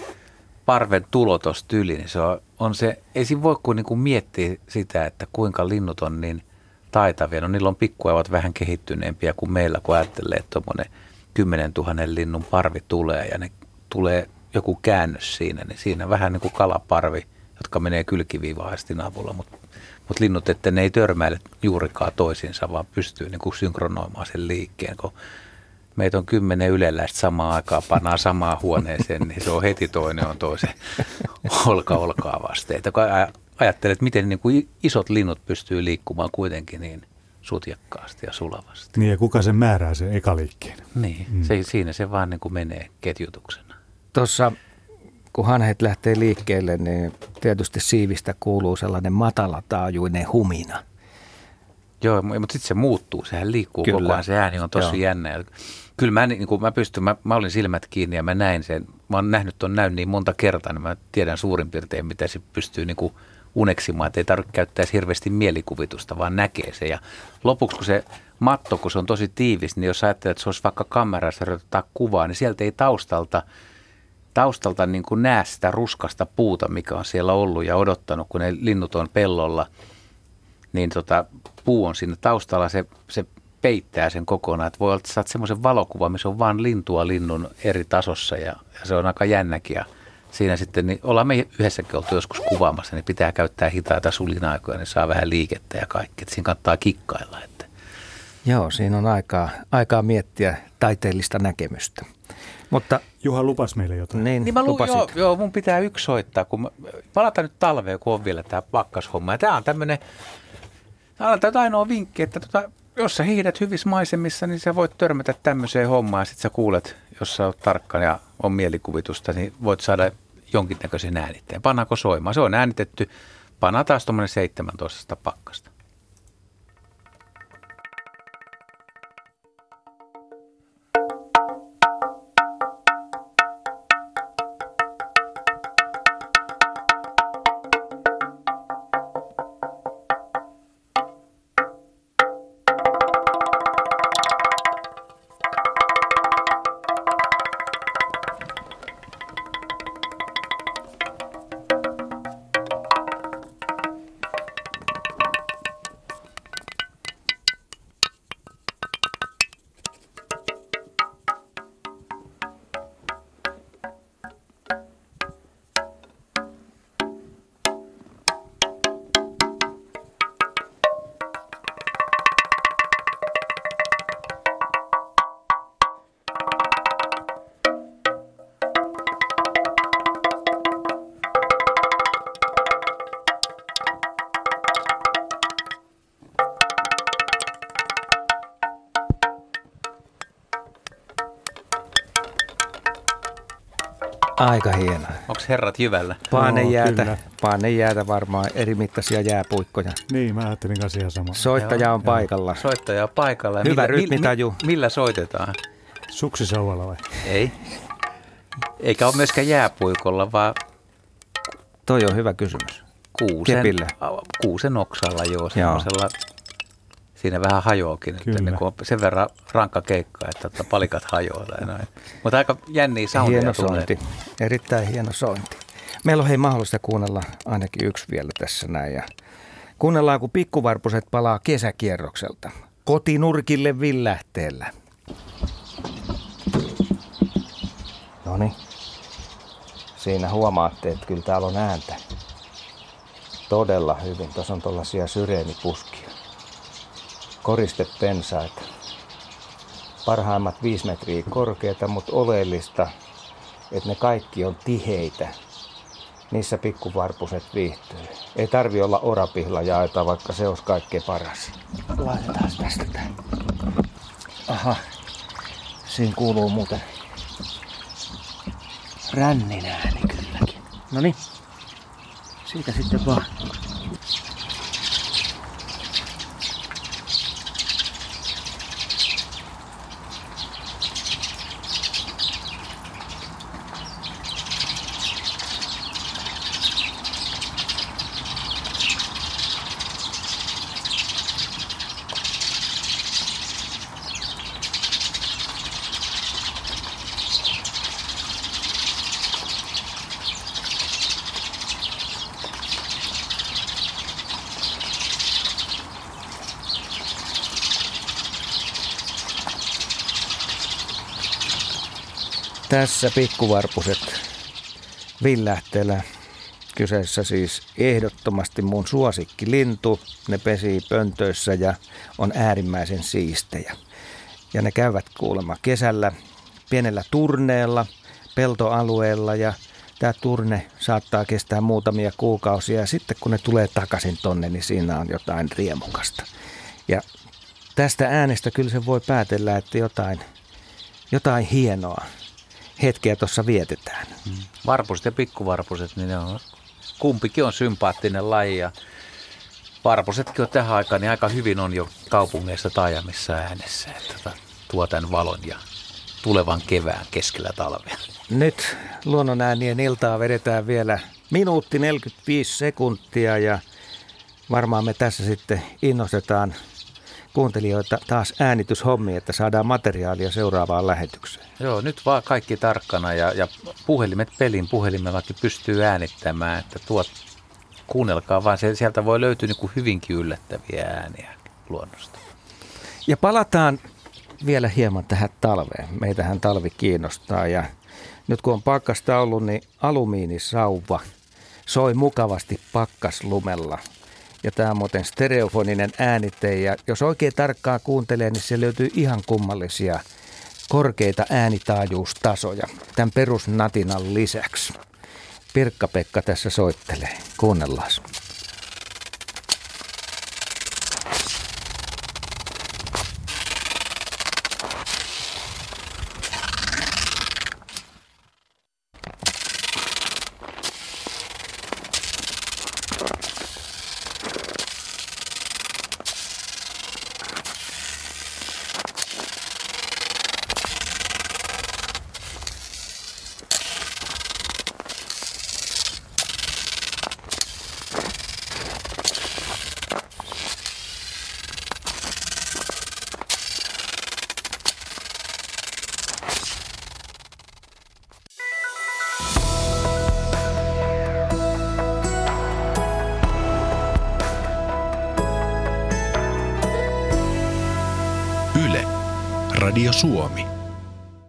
parven tulo tuosta yli, niin se on se, ei siinä voi kuin niinku miettiä sitä, että kuinka linnut on niin taitavia. No niillä on pikkuavat vähän kehittyneempiä kuin meillä, kun ajattelee, että tuommoinen 10 000 linnun parvi tulee ja ne tulee joku käännös siinä, niin siinä vähän niin kuin kalaparvi, jotka menee kylkiviivahaistin avulla, mutta linnut, että ne ei törmäile juurikaan toisiinsa, vaan pystyy niin kuin synkronoimaan sen liikkeen, kun meitä on 10 yleläistä samaan aikaan, pannaan samaan huoneeseen, niin se on heti toinen on toisen olkaa vasteita. Kun ajattelet, miten niin kuin isot linnut pystyy liikkumaan kuitenkin niin sutjakkaasti ja sulavasti. Niin ja kuka sen määrää sen ekaliikkeen? Niin, siinä se vaan niin kuin menee ketjutuksena. Tuossa kun hanhet lähtee liikkeelle, niin tietysti siivistä kuuluu sellainen matalataajuinen humina. Joo, mutta sitten se muuttuu, sehän liikkuu koko ajan, se ääni on tosi jännä. Kyllä mä olin silmät kiinni ja mä näin sen, mä oon nähnyt ton näyn niin monta kertaa, niin mä tiedän suurin piirtein, mitä se pystyy niin kuin uneksimaan, että ei tarvitse käyttää esimerkiksi mielikuvitusta, vaan näkee se. Ja lopuksi, kun se matto, kun se on tosi tiivis, niin jos ajattelee, että se olisi vaikka kamerassa ottaa kuvaa, niin sieltä ei taustalta niin kuin näe sitä ruskasta puuta, mikä on siellä ollut ja odottanut, kun ne linnut on pellolla, niin puu on siinä taustalla, se peittää sen kokonaan. Että voi olla, että saat semmoisen valokuvan, missä on vaan lintua linnun eri tasossa ja se on aika jännäkin. Ja siinä sitten, niin ollaan me yhdessäkin oltu joskus kuvaamassa, niin pitää käyttää hitaita sulinaikoja, niin saa vähän liikettä ja kaikki. Että siinä kannattaa kikkailla. Että. Joo, siinä on aikaa miettiä taiteellista näkemystä. Mutta Juha lupas meille jotain. Niin mä joo, mun pitää yksi soittaa, kun palataan nyt talveen, kun on vielä tämä pakkashomma. Ja tämä on tämmöinen, ainoa vinkki, että jos sä hiihdät hyvissä maisemissa, niin sä voit törmätä tämmöiseen hommaan. Ja sit sä kuulet, jos sä oot tarkka ja on mielikuvitusta, niin voit saada jonkinnäköisen äänitteen. Pannaanko soimaan? Se on äänitetty. Pannaan taas tuommoinen 17 pakkasta. Aika hienoa. Onko herrat jyvällä? Paanejäätä varmaan, eri mittaisia jääpuikkoja. Niin, mä ajattelin kanssa ihan sama. Soittaja on paikalla. Soittaja on paikalla. Hyvä rytmitaju. Millä soitetaan? Suksisauvalla vai? Ei. Eikä ole myöskään jääpuikolla, vaan Toi on hyvä kysymys. Kuusen oksalla, joo. Semmoisella, siinä vähän hajoakin, että niin on sen verran rankka keikka, että palikat hajoaa tai näin. Mutta aika jänniä soundia. Hieno sointi. Erittäin hieno sointi. Meillä on mahdollista kuunnella ainakin yksi vielä tässä näin. Ja kuunnellaan, kun pikkuvarpuset palaa kesäkierrokselta. Kotinurkille Villähteellä. Noniin. Siinä huomaatte, että kyllä täällä on ääntä. Todella hyvin. Tuossa on tuollaisia syreenipuskia. Koristepensaita. Parhaimmat 5 metriä korkeita, mutta oleellista, että ne kaikki on tiheitä. Niissä pikkuvarpuset viihtyy. Ei tarvi olla orapihlajaita, vaikka se olisi kaikkein paras. Laitetaan tästä tän. Aha. Siinä kuuluu muuten rännin ääni kylläkin. Noniin. Siitä sitten vaan. Tässä pikkuvarpuset Villähteellä. Kyseessä siis ehdottomasti mun suosikkilintu. Ne pesii pöntöissä ja on äärimmäisen siistejä. Ja ne käyvät kuulemma kesällä pienellä turneella, peltoalueella ja tämä turne saattaa kestää muutamia kuukausia. Ja sitten kun ne tulee takaisin tonne, niin siinä on jotain riemukasta. Ja tästä äänestä kyllä se voi päätellä, että jotain hienoa hetkeä tuossa vietetään. Varpuset ja pikkuvarpuset, niin ne on, kumpikin on sympaattinen laji ja varpusetkin on tähän aikaan, niin aika hyvin on jo kaupungeissa taajamissa äänessä, että tuo tämän valon ja tulevan kevään keskellä talvea. Nyt luonnonäänien iltaa vedetään vielä minuutti 45 sekuntia ja varmaan me tässä sitten innostetaan kuuntelijoita taas äänityshommiin, että saadaan materiaalia seuraavaan lähetykseen. Joo, nyt vaan kaikki tarkkana ja puhelimet pelin puhelimellakin pystyy äänittämään, että kuunnelkaa vaan, sieltä voi löytyä niin kuin hyvinkin yllättäviä ääniä luonnosta. Ja palataan vielä hieman tähän talveen. Meitähän talvi kiinnostaa ja nyt kun on pakkasta ollut, niin alumiinisauva soi mukavasti pakkaslumella. Ja tämä on muuten stereofoninen äänite ja jos oikein tarkkaan kuuntelee, niin se löytyy ihan kummallisia korkeita äänitaajuustasoja tämän perusnatinan lisäksi. Pirkka-Pekka tässä soittelee. Kuunnellaan. Radio Suomi.